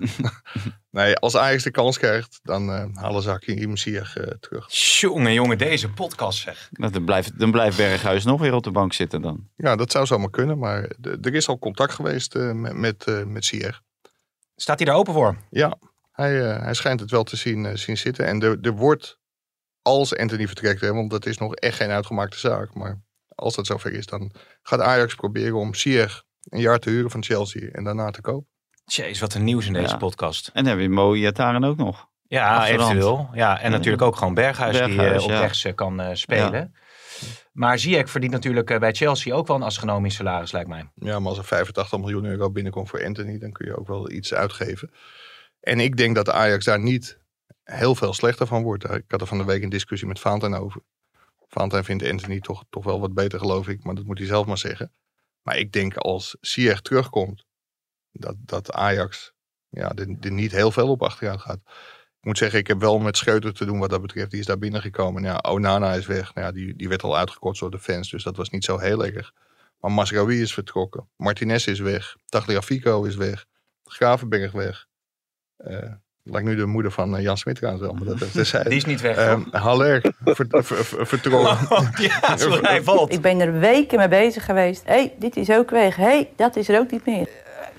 [SPEAKER 5] Nee, als Ajax de kans krijgt, dan uh, halen ze Hakim Ziyech uh, terug.
[SPEAKER 3] Jongen, jongen, deze podcast zeg.
[SPEAKER 4] Nou, Dan blijft, dan blijft Berghuis nog weer op de bank zitten dan.
[SPEAKER 5] Ja, dat zou zomaar kunnen, maar de- er is al contact geweest uh, met, met, uh, met Ziyech.
[SPEAKER 3] Staat hij daar open voor?
[SPEAKER 5] Ja, hij, uh, hij schijnt het wel te zien, uh, zien zitten. En er, er wordt, als Anthony vertrekt, hè, want dat is nog echt geen uitgemaakte zaak. Maar als dat zover is, dan gaat Ajax proberen om Ziyech een jaar te huren van Chelsea en daarna te kopen.
[SPEAKER 3] Jeez, wat een nieuws in deze
[SPEAKER 4] Ja.
[SPEAKER 3] podcast.
[SPEAKER 4] En dan heb je Mo Iataren ook nog.
[SPEAKER 3] Ja,
[SPEAKER 4] Achterhand.
[SPEAKER 3] eventueel. Ja, en natuurlijk ook gewoon Berghuis, die
[SPEAKER 4] Berghuis,
[SPEAKER 3] uh, op
[SPEAKER 4] ja.
[SPEAKER 3] rechts uh, kan uh, spelen. Maar Ziyech verdient natuurlijk uh, bij Chelsea ook wel een astronomisch salaris, lijkt mij.
[SPEAKER 5] Ja, maar als er vijfentachtig miljoen euro binnenkomt voor Anthony, dan kun je ook wel iets uitgeven. En ik denk dat de Ajax daar niet heel veel slechter van wordt. Ik had er van de week een discussie met Valentijn over. Valentijn vindt Anthony toch, toch wel wat beter, geloof ik. Maar dat moet hij zelf maar zeggen. Maar ik denk als Ziyech terugkomt, dat, dat Ajax ja, er, er niet heel veel op achteruit gaat. Ik moet zeggen, ik heb wel met Scheuter te doen wat dat betreft. Die is daar binnengekomen. Ja, Onana is weg. Nou ja, die, die werd al uitgekotst door de fans. Dus dat was niet zo heel erg. Maar Masraoui is vertrokken. Martinez is weg. Tagliafico is weg. Gravenberg weg. Uh, lijkt nu de moeder van uh, Jan Smit trouwens wel. Maar dat is terzijde.
[SPEAKER 3] Die is niet weg,
[SPEAKER 5] Uh,
[SPEAKER 3] toch?
[SPEAKER 5] Haller ver, ver, ver, vertrokken.
[SPEAKER 3] Ja, sorry, hij valt.
[SPEAKER 9] Ik ben er weken mee bezig geweest. Hé, hey, dit is ook weg. Hé, hey, dat is er ook niet meer.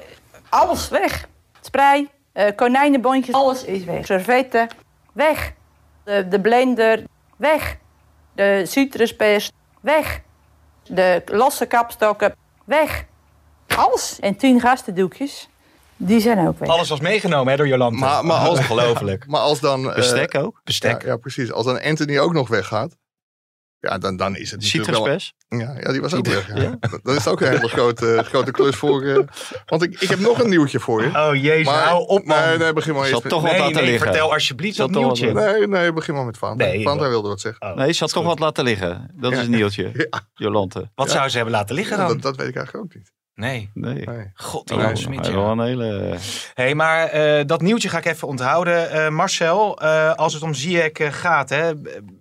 [SPEAKER 9] Alles weg. Sprei, uh, konijnenbondjes, alles is weg. Servetten, weg. De, de blender, weg. De citruspers, weg. De losse kapstokken, weg. Alles. En tien gastendoekjes, die zijn ook weg.
[SPEAKER 3] Alles was meegenomen hè, door Jolante.
[SPEAKER 5] Maar, maar, als,
[SPEAKER 3] Ongelooflijk.
[SPEAKER 5] maar als dan... Uh,
[SPEAKER 4] Bestek ook?
[SPEAKER 3] Bestek.
[SPEAKER 5] Ja, ja, precies. Als dan Anthony ook nog weggaat, Ja, dan, dan is het natuurlijk wel...
[SPEAKER 4] Citruspers?
[SPEAKER 5] Ja, ja, die was ook weg. Ja. Ja. Dat is ook een hele grote, grote klus voor... Uh, want ik, ik heb nog een nieuwtje voor je.
[SPEAKER 3] Oh jezus,
[SPEAKER 5] maar,
[SPEAKER 3] hou op man.
[SPEAKER 5] Nee, nee, begin maar
[SPEAKER 4] Zal
[SPEAKER 5] eerst.
[SPEAKER 4] toch
[SPEAKER 3] nee,
[SPEAKER 4] wat laten
[SPEAKER 3] nee,
[SPEAKER 4] liggen.
[SPEAKER 3] vertel alsjeblieft dat nieuwtje.
[SPEAKER 5] Nee, nee, begin maar met Fanta.
[SPEAKER 3] Nee,
[SPEAKER 5] Fanta wilde wat zeggen.
[SPEAKER 3] Oh,
[SPEAKER 4] Nee, je zal toch wat laten liggen. Dat
[SPEAKER 5] ja.
[SPEAKER 4] is een nieuwtje.
[SPEAKER 5] Ja.
[SPEAKER 4] Jolante.
[SPEAKER 3] Wat
[SPEAKER 5] Ja.
[SPEAKER 3] zou ze hebben laten liggen dan?
[SPEAKER 5] Ja, dat, dat weet ik eigenlijk ook niet.
[SPEAKER 3] Nee.
[SPEAKER 4] Nee.
[SPEAKER 5] Nee.
[SPEAKER 3] God, die
[SPEAKER 4] Oh,
[SPEAKER 3] Jan
[SPEAKER 4] hij
[SPEAKER 3] Smit,
[SPEAKER 4] heeft
[SPEAKER 3] ja.
[SPEAKER 4] wel een hele...
[SPEAKER 3] Hey, maar uh, dat nieuwtje ga ik even onthouden. Uh, Marcel, uh, als het om Ziyech uh, gaat, hè,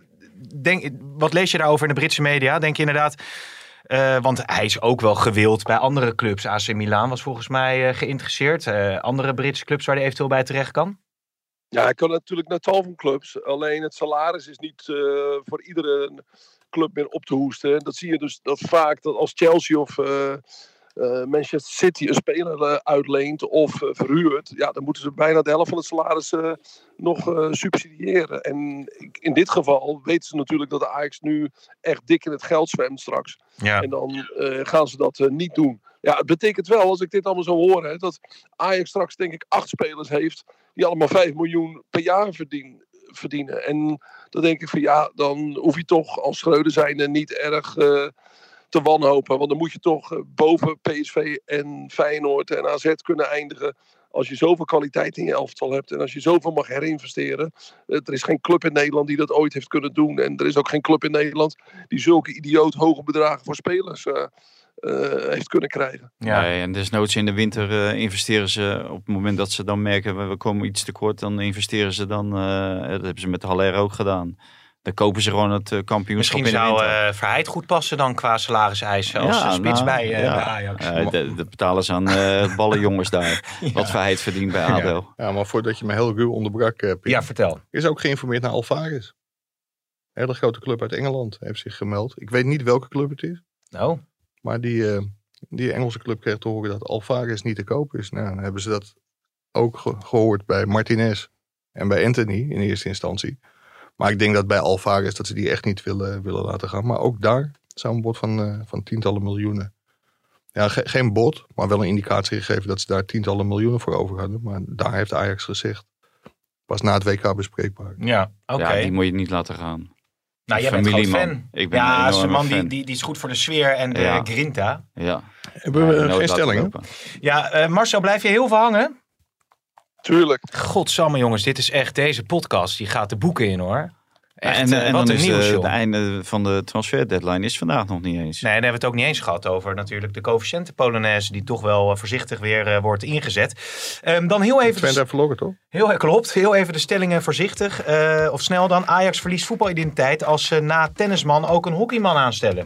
[SPEAKER 3] denk, wat lees je daarover in de Britse media? Denk je inderdaad... Uh, want hij is ook wel gewild bij andere clubs. A C Milan was volgens mij uh, geïnteresseerd. Uh, andere Britse clubs waar hij eventueel bij terecht kan?
[SPEAKER 6] Ja, hij kan natuurlijk naar tal van clubs. Alleen het salaris is niet uh, voor iedere club meer op te hoesten. Dat zie je dus dat vaak dat als Chelsea of uh, uh, Manchester City een speler uh, uitleent of uh, verhuurt. Ja, dan moeten ze bijna de helft van het salaris uh, nog uh, subsidiëren. En in dit geval weten ze natuurlijk dat de Ajax nu echt dik in het geld zwemt straks.
[SPEAKER 3] Ja.
[SPEAKER 6] En dan uh, gaan ze dat uh, niet doen. Ja, het betekent wel, als ik dit allemaal zo hoor, hè, dat Ajax straks denk ik acht spelers heeft die allemaal vijf miljoen per jaar verdien, verdienen. En dan denk ik van ja, dan hoef je toch als Schreuder zijnde niet erg uh, te wanhopen. Want dan moet je toch uh, boven P S V en Feyenoord en A Z kunnen eindigen. Als je zoveel kwaliteit in je elftal hebt en als je zoveel mag herinvesteren. Uh, er is geen club in Nederland die dat ooit heeft kunnen doen. En er is ook geen club in Nederland die zulke idioot hoge bedragen voor spelers uh, Uh, heeft kunnen krijgen.
[SPEAKER 4] Ja, nee, en desnoods in de winter uh, investeren ze op het moment dat ze dan merken we, we komen iets tekort, dan investeren ze dan, uh, dat hebben ze met Haller ook gedaan. Dan kopen ze gewoon het uh, kampioenschap.
[SPEAKER 3] Misschien
[SPEAKER 4] in de
[SPEAKER 3] zou
[SPEAKER 4] winter.
[SPEAKER 3] uh, Verheid goed passen dan qua salariseisen als
[SPEAKER 4] Ja,
[SPEAKER 3] spits
[SPEAKER 4] nou,
[SPEAKER 3] bij, uh,
[SPEAKER 4] ja.
[SPEAKER 3] bij Ajax.
[SPEAKER 4] Uh, dat de betalen ze aan uh, ballenjongens daar. Ja. Wat Verheid verdient bij A D O.
[SPEAKER 5] Ja, maar voordat je me heel ruw onderbrak, uh, Pim,
[SPEAKER 3] ja, vertel.
[SPEAKER 5] Is ook geïnformeerd naar Alvarez. Een hele grote club uit Engeland heeft zich gemeld. Ik weet niet welke club het is.
[SPEAKER 3] Oh.
[SPEAKER 5] Maar die, uh, die Engelse club kreeg te horen dat Alvarez niet te koop is. Nou, dan hebben ze dat ook ge- gehoord bij Martinez en bij Anthony in eerste instantie. Maar ik denk dat bij Alvarez dat ze die echt niet willen, willen laten gaan. Maar ook daar zou een bod van, uh, van tientallen miljoenen. Ja, ge- geen bod, maar wel een indicatie gegeven dat ze daar tientallen miljoenen voor over hadden. Maar daar heeft Ajax gezegd, pas na het W K bespreekbaar.
[SPEAKER 3] Ja, oké.
[SPEAKER 4] Ja, die moet je niet laten gaan.
[SPEAKER 3] Nou, jij bent groot fan.
[SPEAKER 4] Ik ben
[SPEAKER 3] ja,
[SPEAKER 4] een
[SPEAKER 3] is een man die,
[SPEAKER 4] fan.
[SPEAKER 3] die, die is goed voor de sfeer en de
[SPEAKER 4] Ja.
[SPEAKER 3] grinta.
[SPEAKER 4] Ja.
[SPEAKER 5] Hebben we
[SPEAKER 4] Ja,
[SPEAKER 5] uh,
[SPEAKER 4] nooit
[SPEAKER 5] geen
[SPEAKER 4] laten
[SPEAKER 5] stellingen?
[SPEAKER 4] lopen.
[SPEAKER 3] Ja, uh, Marcel, blijf je heel veel hangen?
[SPEAKER 6] Tuurlijk.
[SPEAKER 3] Godsamme jongens, dit is echt, deze podcast, die gaat de boeken in hoor. Echt,
[SPEAKER 4] en
[SPEAKER 3] uh,
[SPEAKER 4] en
[SPEAKER 3] wat
[SPEAKER 4] dan
[SPEAKER 3] een
[SPEAKER 4] is
[SPEAKER 3] nieuws
[SPEAKER 4] de,
[SPEAKER 3] joh.
[SPEAKER 4] de einde van de transfer deadline is vandaag nog niet eens.
[SPEAKER 3] Nee, daar hebben we het ook niet eens gehad over natuurlijk de coëfficiënten Polonaise die toch wel uh, voorzichtig weer uh, wordt ingezet. Um, dan heel even...
[SPEAKER 5] Twente heeft verloren, toch?
[SPEAKER 3] Heel klopt. Heel even de stellingen voorzichtig. Uh, of snel dan. Ajax verliest voetbalidentiteit als ze na tennisman ook een hockeyman aanstellen.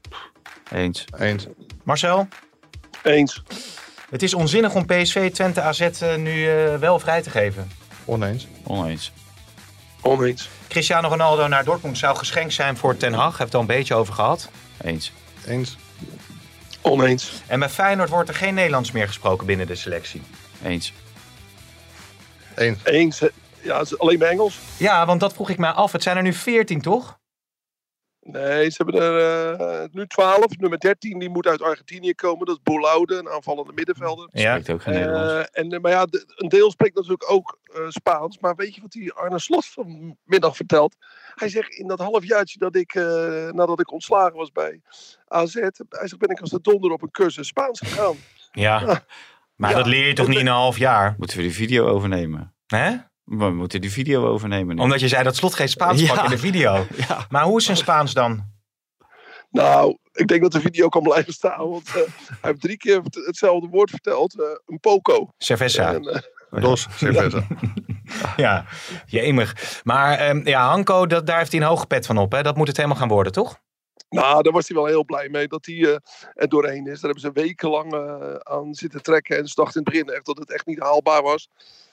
[SPEAKER 4] Eens.
[SPEAKER 5] Eens.
[SPEAKER 3] Marcel?
[SPEAKER 6] Eens.
[SPEAKER 3] Het is onzinnig om P S V, Twente, A Z uh, nu uh, wel vrij te geven.
[SPEAKER 5] Oneens.
[SPEAKER 4] Oneens.
[SPEAKER 6] Oneens.
[SPEAKER 3] Cristiano Ronaldo naar Dortmund zou geschenkt zijn voor Ten Hag. Heeft het al een beetje over gehad.
[SPEAKER 4] Eens.
[SPEAKER 5] Eens.
[SPEAKER 6] Oneens.
[SPEAKER 3] En bij Feyenoord wordt er geen Nederlands meer gesproken binnen de selectie.
[SPEAKER 4] Eens.
[SPEAKER 5] Eens.
[SPEAKER 6] Eens. Ja, het is alleen maar Engels.
[SPEAKER 3] Ja, want dat vroeg ik mij af. Het zijn er nu veertien, toch?
[SPEAKER 6] Nee, ze hebben er uh, nu twaalf. Nummer dertien, die moet uit Argentinië komen. Dat is Boulaude, een aanvallende middenvelder.
[SPEAKER 3] Ja.
[SPEAKER 4] Spreekt ook geen Nederlands.
[SPEAKER 6] Uh, en, maar ja, de, een deel spreekt natuurlijk ook uh, Spaans. Maar weet je wat die Arne Slot vanmiddag vertelt? Hij zegt, in dat halfjaartje dat ik, uh, nadat ik ontslagen was bij A Z... Hij zegt, ben ik als de donder op een cursus Spaans gegaan.
[SPEAKER 3] Ja. Maar
[SPEAKER 6] Ja.
[SPEAKER 3] dat leer je toch niet in een half jaar?
[SPEAKER 4] Moeten we die video overnemen?
[SPEAKER 3] Hè?
[SPEAKER 4] We moeten die video overnemen nu.
[SPEAKER 3] Omdat je zei dat Slot geen Spaans
[SPEAKER 4] Ja.
[SPEAKER 3] sprak in de video.
[SPEAKER 4] Ja.
[SPEAKER 3] Maar hoe is zijn Spaans dan?
[SPEAKER 6] Nou, ik denk dat de video kan blijven staan. Want uh, hij heeft drie keer het- hetzelfde woord verteld. Uh, een poco.
[SPEAKER 3] Cerveza.
[SPEAKER 6] En, uh,
[SPEAKER 5] Dos, Cerveza.
[SPEAKER 3] Ja, jemig. Maar um, ja, Hanko, dat, daar heeft hij een hoge pet van op. Hè? Dat moet het helemaal gaan worden, toch?
[SPEAKER 6] Nou, daar was hij wel heel blij mee dat hij uh, er doorheen is. Daar hebben ze wekenlang uh, aan zitten trekken. En ze dachten in het begin echt dat het echt niet haalbaar was.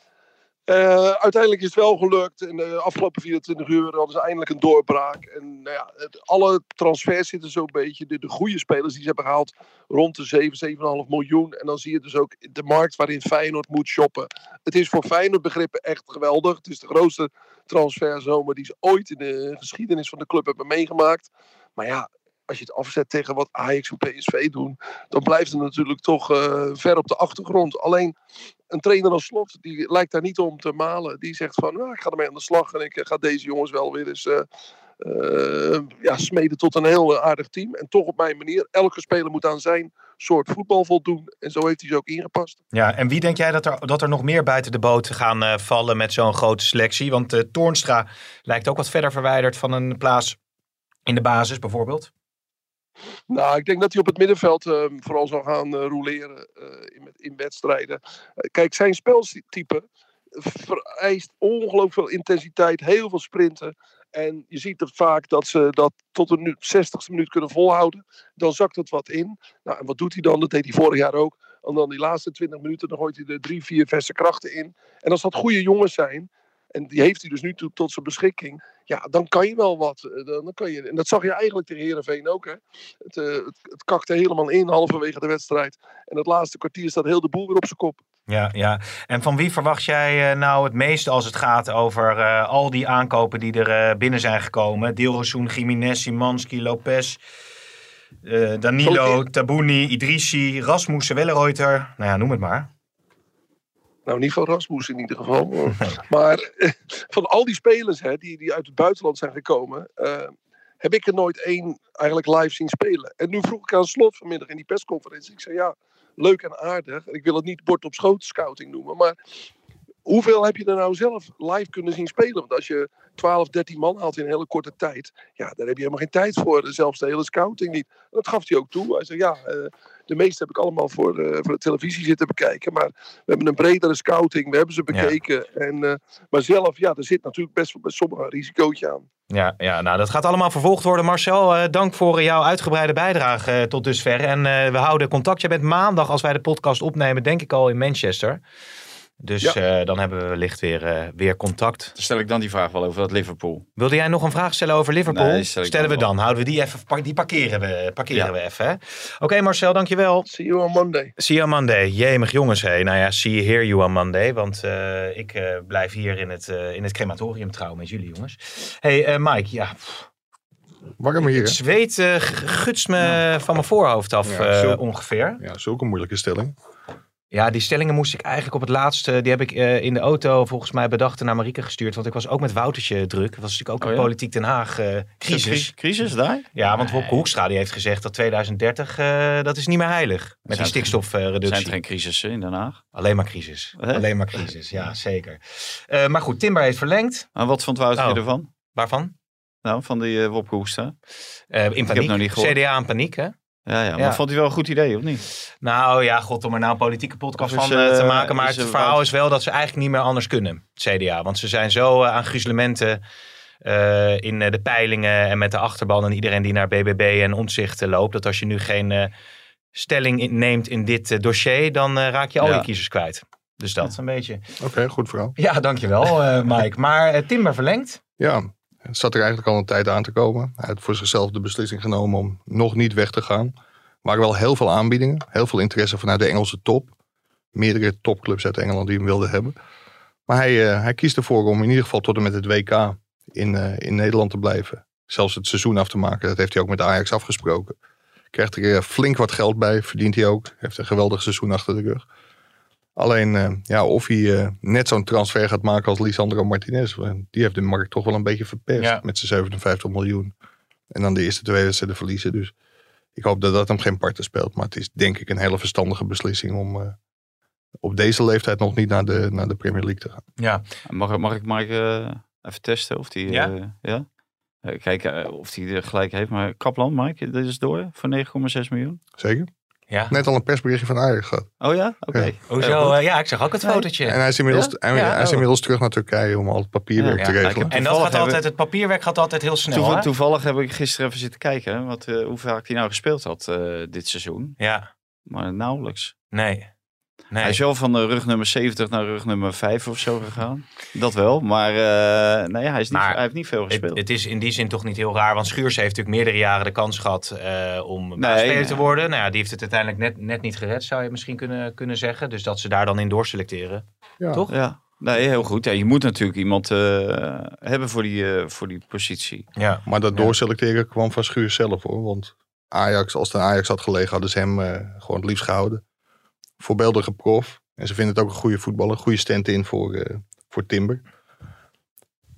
[SPEAKER 6] Uh, uiteindelijk is het wel gelukt. In de afgelopen vierentwintig uur hadden ze eindelijk een doorbraak. En nou ja, het, alle transfers zitten zo'n beetje. De, de goede spelers die ze hebben gehaald rond de zeven, zeven komma vijf miljoen. En dan zie je dus ook de markt waarin Feyenoord moet shoppen. Het is voor Feyenoord begrippen echt geweldig. Het is de grootste transferzomer die ze ooit in de geschiedenis van de club hebben meegemaakt. Maar ja, als je het afzet tegen wat Ajax en P S V doen, dan blijft het natuurlijk toch uh, ver op de achtergrond. Alleen een trainer als Slot, die lijkt daar niet om te malen. Die zegt van, nou, ik ga ermee aan de slag en ik uh, ga deze jongens wel weer eens uh, uh, ja, smeden tot een heel aardig team. En toch op mijn manier. Elke speler moet aan zijn soort voetbal voldoen. En zo heeft hij ze ook ingepast.
[SPEAKER 3] Ja, en wie denk jij dat er, dat er nog meer buiten de boot gaan uh, vallen met zo'n grote selectie? Want uh, Toornstra lijkt ook wat verder verwijderd van een plaats in de basis bijvoorbeeld.
[SPEAKER 6] Nou, ik denk dat hij op het middenveld uh, vooral zal gaan uh, roleren uh, in, in wedstrijden. Uh, kijk, zijn speltype vereist ongelooflijk veel intensiteit, heel veel sprinten. En je ziet het vaak dat ze dat tot een zestigste minuut kunnen volhouden. Dan zakt het wat in. Nou, en wat doet hij dan? Dat deed hij vorig jaar ook. En dan die laatste twintig minuten, dan gooit hij er drie, vier verse krachten in. En als dat goede jongens zijn, en die heeft hij dus nu to- tot zijn beschikking. Ja, dan kan je wel wat. Dan kan je, en dat zag je eigenlijk tegen Heerenveen ook. Hè. Het, uh, het, het kakte helemaal in halverwege de wedstrijd. En het laatste kwartier staat heel de boel weer op zijn kop.
[SPEAKER 3] Ja, ja. En van wie verwacht jij uh, nou het meeste als het gaat over uh, al die aankopen die er uh, binnen zijn gekomen? Dilrosun, Jiménez, Szymanski, Lopez, uh, Danilo, Tabouni, Idrissi, Rasmussen, Welleroyter. Nou ja, noem het maar.
[SPEAKER 6] Nou, niet van Rasmus in ieder geval. Maar van al die spelers hè, die, die uit het buitenland zijn gekomen, uh, heb ik er nooit één eigenlijk live zien spelen. En nu vroeg ik aan Slot vanmiddag in die persconferentie. Ik zei ja, leuk en aardig. Ik wil het niet bord op schoot scouting noemen. Maar hoeveel heb je er nou zelf live kunnen zien spelen? Want als je twaalf, dertien man haalt in een hele korte tijd. Ja, daar heb je helemaal geen tijd voor. Zelfs de hele scouting niet. En dat gaf hij ook toe. Hij zei ja, uh, de meeste heb ik allemaal voor, uh, voor de televisie zitten bekijken. Maar we hebben een bredere scouting. We hebben ze bekeken. Ja. En, uh, maar zelf, ja, er zit natuurlijk best wel bij sommigen een risicootje aan.
[SPEAKER 3] Ja, ja, nou dat gaat allemaal vervolgd worden. Marcel, uh, dank voor jouw uitgebreide bijdrage uh, tot dusver. En uh, we houden contact. Je bent maandag, als wij de podcast opnemen, denk ik al in Manchester. Dus ja. uh, dan hebben we wellicht weer, uh, weer contact.
[SPEAKER 4] Dan stel ik dan die vraag wel over dat Liverpool.
[SPEAKER 3] Wilde jij nog een vraag stellen over Liverpool?
[SPEAKER 4] Nee, stel
[SPEAKER 3] Stellen
[SPEAKER 4] dan
[SPEAKER 3] we dan.
[SPEAKER 4] wel.
[SPEAKER 3] Houden we die even, die parkeren we, parkeren ja. we even. Oké okay, Marcel, dankjewel.
[SPEAKER 6] See you on Monday.
[SPEAKER 3] See you on Monday. Jemig jongens. Hey. Nou ja, see you hear you on Monday. Want uh, ik uh, blijf hier in het, uh, in het crematorium trouwen met jullie jongens. Hey uh, Mike, ja...
[SPEAKER 5] Warm hier,
[SPEAKER 3] het zweet uh, gutst me ja. van mijn voorhoofd af ja, uh, ongeveer.
[SPEAKER 5] Ja, zulke moeilijke stelling.
[SPEAKER 3] Ja, die stellingen moest ik eigenlijk op het laatste... Die heb ik uh, in de auto volgens mij bedacht en naar Marieke gestuurd. Want ik was ook met Woutertje druk. Het was natuurlijk ook oh, een ja? politiek Den Haag uh, crisis.
[SPEAKER 4] Crisis daar?
[SPEAKER 3] Ja, want Wopke Hoekstra die heeft gezegd dat twintig dertig... Uh, dat is niet meer heilig. Met die stikstofreductie.
[SPEAKER 4] Zijn er geen crisissen in Den Haag?
[SPEAKER 3] Alleen maar crisis. Huh? Alleen maar crisis, ja zeker. Uh, maar goed, Timber heeft verlengd.
[SPEAKER 4] En wat vond Woutertje
[SPEAKER 3] oh.
[SPEAKER 4] ervan?
[SPEAKER 3] Waarvan?
[SPEAKER 4] Nou, van die uh, Wopke Hoekstra.
[SPEAKER 3] Uh, in paniek. Ik heb nog niet gehoord. C D A in paniek, hè?
[SPEAKER 4] Ja, ja, maar ja. vond hij wel een goed idee, of niet?
[SPEAKER 3] Nou ja, god, om er nou een politieke podcast is, van uh, te maken. Maar het verhaal wat... is wel dat ze eigenlijk niet meer anders kunnen, het C D A. Want ze zijn zo uh, aan gruzelementen uh, in uh, de peilingen en met de achterban en iedereen die naar B B B en Omtzigt uh, loopt. Dat als je nu geen uh, stelling in, neemt in dit uh, dossier, dan uh, raak je al ja. je kiezers kwijt. Dus dat ja. een beetje.
[SPEAKER 5] Oké, okay, goed verhaal.
[SPEAKER 3] Ja, dankjewel uh, Mike. Maar uh, Timber verlengt.
[SPEAKER 5] Ja, het zat er eigenlijk al een tijd aan te komen. Hij had voor zichzelf de beslissing genomen om nog niet weg te gaan. Er waren wel heel veel aanbiedingen. Heel veel interesse vanuit de Engelse top. Meerdere topclubs uit Engeland die hem wilden hebben. Maar hij, uh, hij kiest ervoor om in ieder geval tot en met het W K in, uh, in Nederland te blijven. Zelfs het seizoen af te maken. Dat heeft hij ook met Ajax afgesproken. Krijgt er uh, flink wat geld bij. Verdient hij ook. Heeft een geweldig seizoen achter de rug. Alleen, uh, ja, of hij uh, net zo'n transfer gaat maken als Lisandro Martinez. Die heeft de markt toch wel een beetje verpest. Ja. Met zijn zevenenvijftig miljoen. En dan de eerste twee wedstrijden verliezen. Dus ik hoop dat dat hem geen parten speelt. Maar het is denk ik een hele verstandige beslissing om uh, op deze leeftijd nog niet naar de, naar de Premier League te gaan.
[SPEAKER 3] Ja.
[SPEAKER 4] Mag, mag ik Mike uh, even testen of die...
[SPEAKER 3] Ja?
[SPEAKER 4] Uh, ja? Uh, kijken uh, of hij gelijk heeft. Maar Kaplan, Mike, dit is door voor negen komma zes miljoen.
[SPEAKER 5] Zeker.
[SPEAKER 3] Ja.
[SPEAKER 5] Net al een persberichtje van Ajax gehad.
[SPEAKER 4] Oh ja? Oké. Okay.
[SPEAKER 3] Ja. Hoezo? Uh, ja, ik zag ook het fotootje.
[SPEAKER 5] En hij is inmiddels,
[SPEAKER 3] ja?
[SPEAKER 5] hij,
[SPEAKER 3] ja,
[SPEAKER 5] hij is inmiddels terug naar Turkije om al het papierwerk ja, te regelen.
[SPEAKER 3] Ja, en dat gaat altijd, het papierwerk gaat altijd heel snel.
[SPEAKER 4] Toevallig, toevallig heb ik gisteren even zitten kijken wat, uh, hoe vaak hij nou gespeeld had uh, dit seizoen.
[SPEAKER 3] Ja.
[SPEAKER 4] Maar nauwelijks.
[SPEAKER 3] Nee. Nee.
[SPEAKER 4] Hij is wel van de rug nummer zeventig naar rug nummer vijf of zo gegaan. Dat wel, maar uh, nee, hij, is niet,
[SPEAKER 3] maar
[SPEAKER 4] hij heeft niet veel gespeeld.
[SPEAKER 3] Het, het is in die zin toch niet heel raar, want Schuurs heeft natuurlijk meerdere jaren de kans gehad uh, om basisspeler nee, te nee. worden. Nou ja, die heeft het uiteindelijk net, net niet gered, zou je misschien kunnen, kunnen zeggen. Dus dat ze daar dan in doorselecteren.
[SPEAKER 4] Ja.
[SPEAKER 3] Toch?
[SPEAKER 4] Ja. Nee, heel goed. Ja, je moet natuurlijk iemand uh, hebben voor die, uh, voor die positie.
[SPEAKER 5] Ja. Maar dat doorselecteren ja. kwam van Schuurs zelf hoor. Want Ajax, als het aan Ajax had gelegen, hadden ze hem uh, gewoon het liefst gehouden. Voorbeeldige prof. En ze vinden het ook een goede voetballer. Een goede stand-in voor, uh, voor Timber.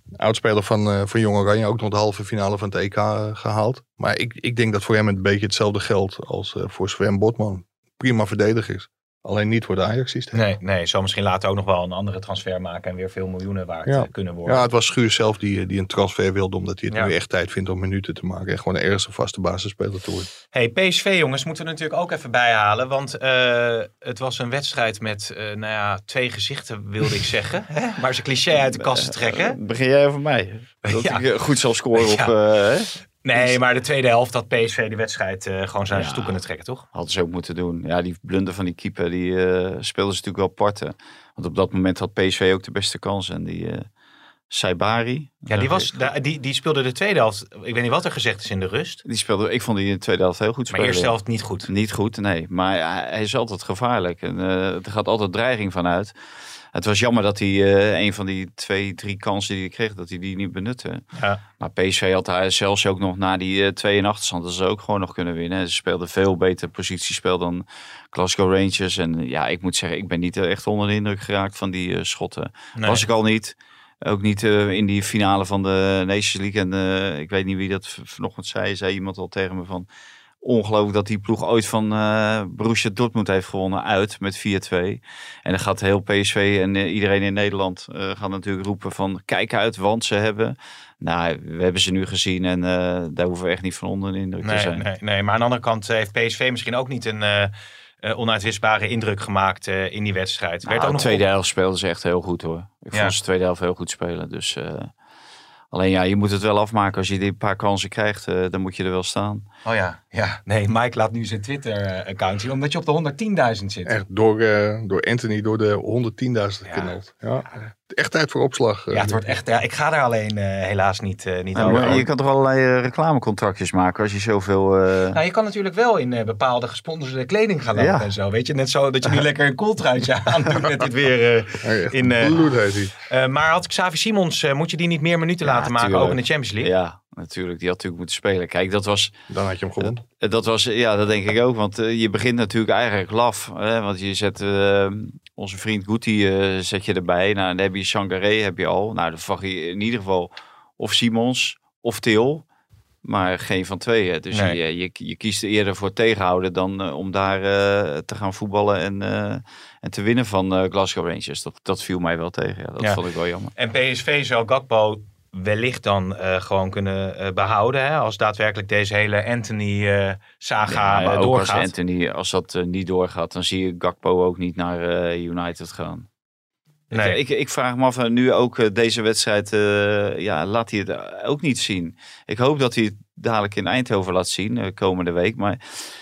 [SPEAKER 5] Oudspeler van, uh, van Jong Oranje. Ook nog de halve finale van het E K uh, gehaald. Maar ik, ik denk dat voor hem een beetje hetzelfde geldt als uh, voor Sven Botman. Prima verdediger is. Alleen niet voor de Ajax-systeem.
[SPEAKER 3] Nee, nee, zal misschien later ook nog wel een andere transfer maken en weer veel miljoenen waard
[SPEAKER 5] ja.
[SPEAKER 3] kunnen worden.
[SPEAKER 5] Ja, het was Schuurs zelf die, die een transfer wilde, omdat hij het
[SPEAKER 3] ja.
[SPEAKER 5] nu echt tijd vindt om minuten te maken. En gewoon ergens een vaste basisspeler te worden.
[SPEAKER 3] Hey, P S V jongens, moeten we natuurlijk ook even bijhalen. Want uh, het was een wedstrijd met, uh, nou ja, twee gezichten wilde ik zeggen. Hè? Maar ze cliché uit de kast te trekken.
[SPEAKER 4] Uh, begin jij over mij? Dat ja. ik goed zal scoren op...
[SPEAKER 3] Ja.
[SPEAKER 4] Uh,
[SPEAKER 3] Nee, maar de tweede helft had P S V de wedstrijd uh, gewoon zijn ja, toe kunnen trekken, toch?
[SPEAKER 4] Hadden ze ook moeten doen. Ja, die blunder van die keeper, die uh, speelden ze natuurlijk wel parten. Want op dat moment had P S V ook de beste kans. En die uh, Saibari...
[SPEAKER 3] Ja, die, was, die, die speelde de tweede helft. Ik weet niet wat er gezegd is in de rust.
[SPEAKER 4] Die speelde, ik vond die in de tweede helft heel goed spelen.
[SPEAKER 3] Maar de eerste helft niet goed?
[SPEAKER 4] Niet goed, nee. Maar hij, hij is altijd gevaarlijk. En, uh, er gaat altijd dreiging van uit. Het was jammer dat hij uh, een van die twee, drie kansen die hij kreeg, dat hij die niet benutte. Ja. Maar P S V had hij zelfs ook nog na die uh, twee in achterstand, dat ze ook gewoon nog kunnen winnen. Ze speelden veel beter positiespel dan Glasgow Rangers. En ja, ik moet zeggen, ik ben niet echt onder de indruk geraakt van die uh, schotten. Nee. Was ik al niet. Ook niet uh, in die finale van de Nations League. En uh, ik weet niet wie dat vanochtend zei. Zei iemand al tegen me van... Ongelooflijk dat die ploeg ooit van uh, Borussia Dortmund heeft gewonnen uit met vier twee. En dan gaat heel P S V en uh, iedereen in Nederland uh, gaat natuurlijk roepen van kijk uit, want ze hebben. Nou, we hebben ze nu gezien en uh, daar hoeven we echt niet van onder de indruk
[SPEAKER 3] nee,
[SPEAKER 4] te zijn.
[SPEAKER 3] Nee, nee, maar aan de andere kant heeft P S V misschien ook niet een uh, uh, onuitwisbare indruk gemaakt uh, in die wedstrijd.
[SPEAKER 4] Nou, de tweede helft speelden ze echt heel goed hoor. Ik ja. vond ze de tweede helft heel goed spelen, dus... Uh, Alleen ja, je moet het wel afmaken. Als je die paar kansen krijgt, uh, dan moet je er wel staan.
[SPEAKER 3] Oh ja, ja. Nee, Mike laat nu zijn Twitter-account zien, omdat je op de honderdtienduizend zit.
[SPEAKER 5] Echt door, uh, door Anthony door de honderdtienduizend ja. geknald. Ja. Echt tijd voor opslag. Uh,
[SPEAKER 3] ja, het wordt echt. Ja, ik ga daar alleen uh, helaas niet, uh, niet
[SPEAKER 4] nou,
[SPEAKER 3] over.
[SPEAKER 4] Je kan toch allerlei uh, reclamecontractjes maken als je zoveel... Uh...
[SPEAKER 3] Nou, je kan natuurlijk wel in uh, bepaalde gesponsorde kleding gaan lopen ja. en zo. Weet je, net zo dat je nu lekker een kooltruitje aandoet met dit weer uh,
[SPEAKER 5] ja,
[SPEAKER 3] in... Uh,
[SPEAKER 5] bloed heet hij.
[SPEAKER 3] Uh, maar had Xavi Simons, uh, moet je die niet meer minuten
[SPEAKER 4] ja,
[SPEAKER 3] laten maken,
[SPEAKER 4] tuurlijk.
[SPEAKER 3] ook in de Champions League?
[SPEAKER 4] Ja, natuurlijk. Die had natuurlijk moeten spelen. Kijk, dat was...
[SPEAKER 5] Dan had je hem gewonnen.
[SPEAKER 4] Uh, dat was, ja, dat denk ik ook. Want uh, je begint natuurlijk eigenlijk laf. Hè, want je zet... Uh, onze vriend Guti uh, zet je erbij. Nou, dan heb je Sangaré, heb je al. Nou, dan verwacht je in ieder geval of Simons of Til. Maar geen van tweeën. Dus nee. je, je, je kiest eerder voor tegenhouden dan uh, om daar uh, te gaan voetballen en, uh, en te winnen van uh, Glasgow Rangers. Dat, dat viel mij wel tegen. Ja, dat ja. vond ik wel jammer.
[SPEAKER 3] En P S V zou Gakpo wellicht dan uh, gewoon kunnen uh, behouden. Hè? Als daadwerkelijk deze hele Anthony-saga uh, ja, uh, doorgaat.
[SPEAKER 4] Als Anthony, als dat uh, niet doorgaat, dan zie je Gakpo ook niet naar uh, United gaan. Nee. Ik, ik, ik vraag me af, nu ook uh, deze wedstrijd, uh, ja, laat hij het ook niet zien. Ik hoop dat hij het dadelijk in Eindhoven laat zien, uh, komende week. Maar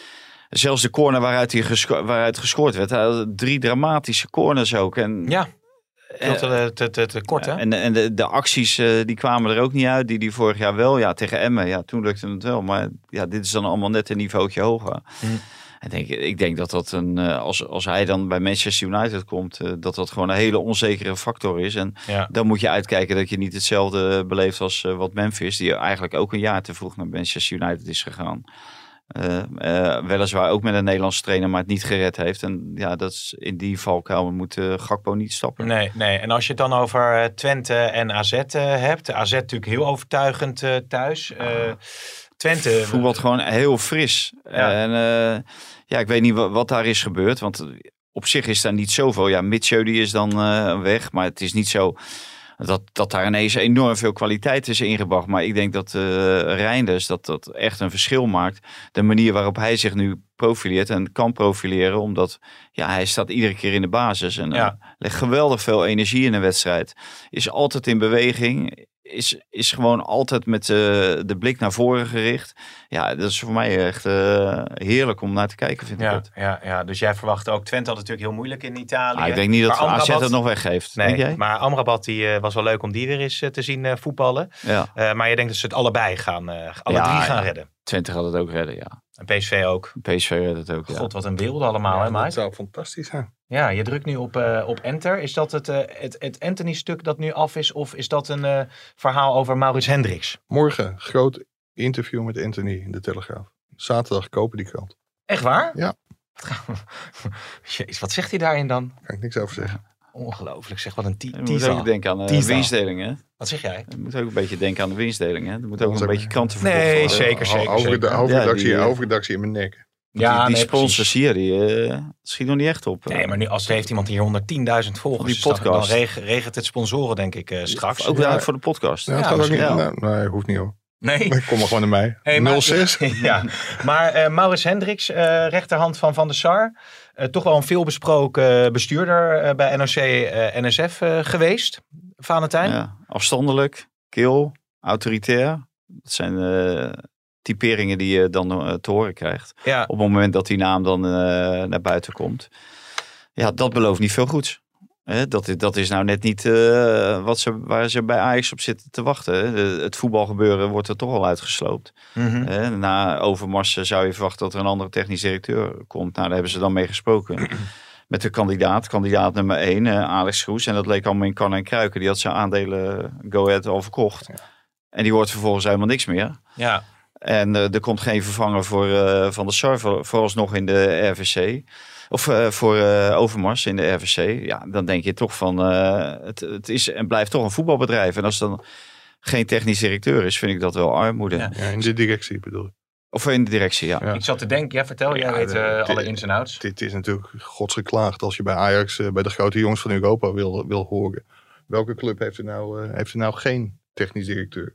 [SPEAKER 4] zelfs de corner waaruit, hij gesco- waaruit gescoord werd, hij had drie dramatische corners ook. En,
[SPEAKER 3] ja. Veel te, te, te, te kort, hè?
[SPEAKER 4] En, en de, de acties uh, die kwamen er ook niet uit. Die die vorig jaar wel, ja, tegen Emmen. Ja, toen lukte het wel. Maar ja, dit is dan allemaal net een niveautje hoger. Mm. En denk, ik denk dat dat een, uh, als, als hij dan bij Manchester United komt, uh, dat dat gewoon een hele onzekere factor is. En ja. dan moet je uitkijken dat je niet hetzelfde beleeft als uh, wat Memphis, die eigenlijk ook een jaar te vroeg naar Manchester United is gegaan. Uh, uh, weliswaar ook met een Nederlandse trainer, maar het niet gered heeft. En ja, dat is in die valkuil moet uh, Gakpo niet stappen.
[SPEAKER 3] Nee, nee. En als je het dan over uh, Twente en A Z uh, hebt. A Z natuurlijk heel overtuigend uh, thuis. Uh, Twente
[SPEAKER 4] voetbalt gewoon heel fris. Ja. En uh, ja, ik weet niet wat, wat daar is gebeurd. Want op zich is daar niet zoveel. Ja, Mitchell die is dan uh, weg. Maar het is niet zo dat, dat daar ineens enorm veel kwaliteit is ingebracht. Maar ik denk dat uh, Reinders dat dat echt een verschil maakt. De manier waarop hij zich nu profileert en kan profileren. Omdat ja, hij staat iedere keer in de basis. En ja. uh, legt geweldig veel energie in een wedstrijd. Is altijd in beweging. Is, is gewoon altijd met uh, de blik naar voren gericht. Ja, dat is voor mij echt uh, heerlijk om naar te kijken, vind
[SPEAKER 3] ja,
[SPEAKER 4] ik het.
[SPEAKER 3] Ja, ja, dus jij verwacht ook Twente had natuurlijk heel moeilijk in Italië.
[SPEAKER 4] Ah, ik denk niet dat A Z het nog weggeeft.
[SPEAKER 3] Nee, denk jij? Maar Amrabat die, uh, was wel leuk om die weer eens uh, te zien uh, voetballen. Ja. Uh, maar je denkt dat ze het allebei gaan, uh, alle ja, drie gaan ja. redden.
[SPEAKER 4] Twente gaat het ook redden, ja.
[SPEAKER 3] En P S V ook.
[SPEAKER 4] P S V redt het ook, ja.
[SPEAKER 3] God, wat een beelden allemaal,
[SPEAKER 5] ja,
[SPEAKER 3] hè, Mike?
[SPEAKER 5] Dat zou fantastisch zijn.
[SPEAKER 3] Ja, je drukt nu op, uh, op enter. Is dat het, uh, het, het Anthony-stuk dat nu af is? Of is dat een uh, verhaal over Maurits Hendricks?
[SPEAKER 5] Morgen, groot interview met Anthony in de Telegraaf. Zaterdag kopen die krant.
[SPEAKER 3] Echt waar?
[SPEAKER 5] Ja.
[SPEAKER 3] Jezus, wat zegt hij daarin dan?
[SPEAKER 5] Kan ik niks over zeggen.
[SPEAKER 3] Ongelooflijk, zeg, wat een teaser.
[SPEAKER 4] Je moet ook denken aan uh, winstdeling, hè?
[SPEAKER 3] Wat zeg jij?
[SPEAKER 4] Je moet ook een beetje denken aan de winstdeling. Hè? Er moet ook een beetje kranten verkocht
[SPEAKER 3] Nee,
[SPEAKER 4] worden.
[SPEAKER 3] zeker, zeker.
[SPEAKER 5] Over de
[SPEAKER 3] zeker.
[SPEAKER 5] hoofdredactie,
[SPEAKER 4] Ja, die,
[SPEAKER 5] hoofdredactie in mijn nek.
[SPEAKER 3] Ja,
[SPEAKER 4] die die
[SPEAKER 3] nee,
[SPEAKER 4] sponsors
[SPEAKER 3] precies.
[SPEAKER 4] hier, die uh, schiet nog niet echt op.
[SPEAKER 3] Nee, maar nu als er heeft iemand hier honderdtienduizend volgers,
[SPEAKER 4] die
[SPEAKER 3] dus dan-
[SPEAKER 4] podcast.
[SPEAKER 3] dan reg- regent het sponsoren denk ik uh, straks.
[SPEAKER 4] Ook
[SPEAKER 5] Ja.
[SPEAKER 4] uit voor de podcast.
[SPEAKER 5] Ja, het
[SPEAKER 3] Ja,
[SPEAKER 5] gaat ook niet.
[SPEAKER 4] misschien wel.
[SPEAKER 5] Nee, nee, hoeft niet hoor.
[SPEAKER 3] Nee.
[SPEAKER 5] Kom maar gewoon naar mij.
[SPEAKER 3] Hey, maar-
[SPEAKER 5] nul zes.
[SPEAKER 3] Ja, maar uh, Maurits Hendricks, uh, rechterhand van Van der Sar. Uh, toch wel een veelbesproken bestuurder uh, bij N O C uh, N S F uh, geweest. Valentijn?
[SPEAKER 4] Ja, afstandelijk, kil, autoritair. Dat zijn uh, typeringen die je dan uh, te horen krijgt.
[SPEAKER 3] Ja.
[SPEAKER 4] Op het moment dat die naam dan uh, naar buiten komt. Ja, dat belooft niet veel goeds. Hè, dat, is, dat is nou net niet uh, wat ze, waar ze bij Ajax op zitten te wachten. Hè. De, het voetbalgebeuren wordt er toch al uitgesloopt.
[SPEAKER 3] Mm-hmm.
[SPEAKER 4] Hè. Na Overmars zou je verwachten dat er een andere technisch directeur komt. Nou, daar hebben ze dan mee gesproken. Met de kandidaat, kandidaat nummer één, uh, Alex Groes. En dat leek allemaal in kannen en kruiken. Die had zijn aandelen Go Ahead al verkocht. Ja. En die wordt vervolgens helemaal niks meer.
[SPEAKER 3] Ja.
[SPEAKER 4] En uh, er komt geen vervanger voor uh, Van der Sar, voor, vooralsnog in de R V C. Of uh, voor uh, Overmars in de R V C. Ja, dan denk je toch van, uh, het, het is en blijft toch een voetbalbedrijf. En als dan geen technisch directeur is, vind ik dat wel armoede.
[SPEAKER 5] Ja, ja in de directie bedoel ik.
[SPEAKER 4] Of in de directie, ja.
[SPEAKER 3] ja. Ik zat te denken, ja vertel, jij
[SPEAKER 5] ja,
[SPEAKER 3] weet uh,
[SPEAKER 5] dit,
[SPEAKER 3] alle ins en outs.
[SPEAKER 5] Dit is natuurlijk godsgeklaagd als je bij Ajax, uh, bij de grote jongens van Europa wil, wil horen. Welke club heeft er nou, uh, heeft er nou geen technisch directeur?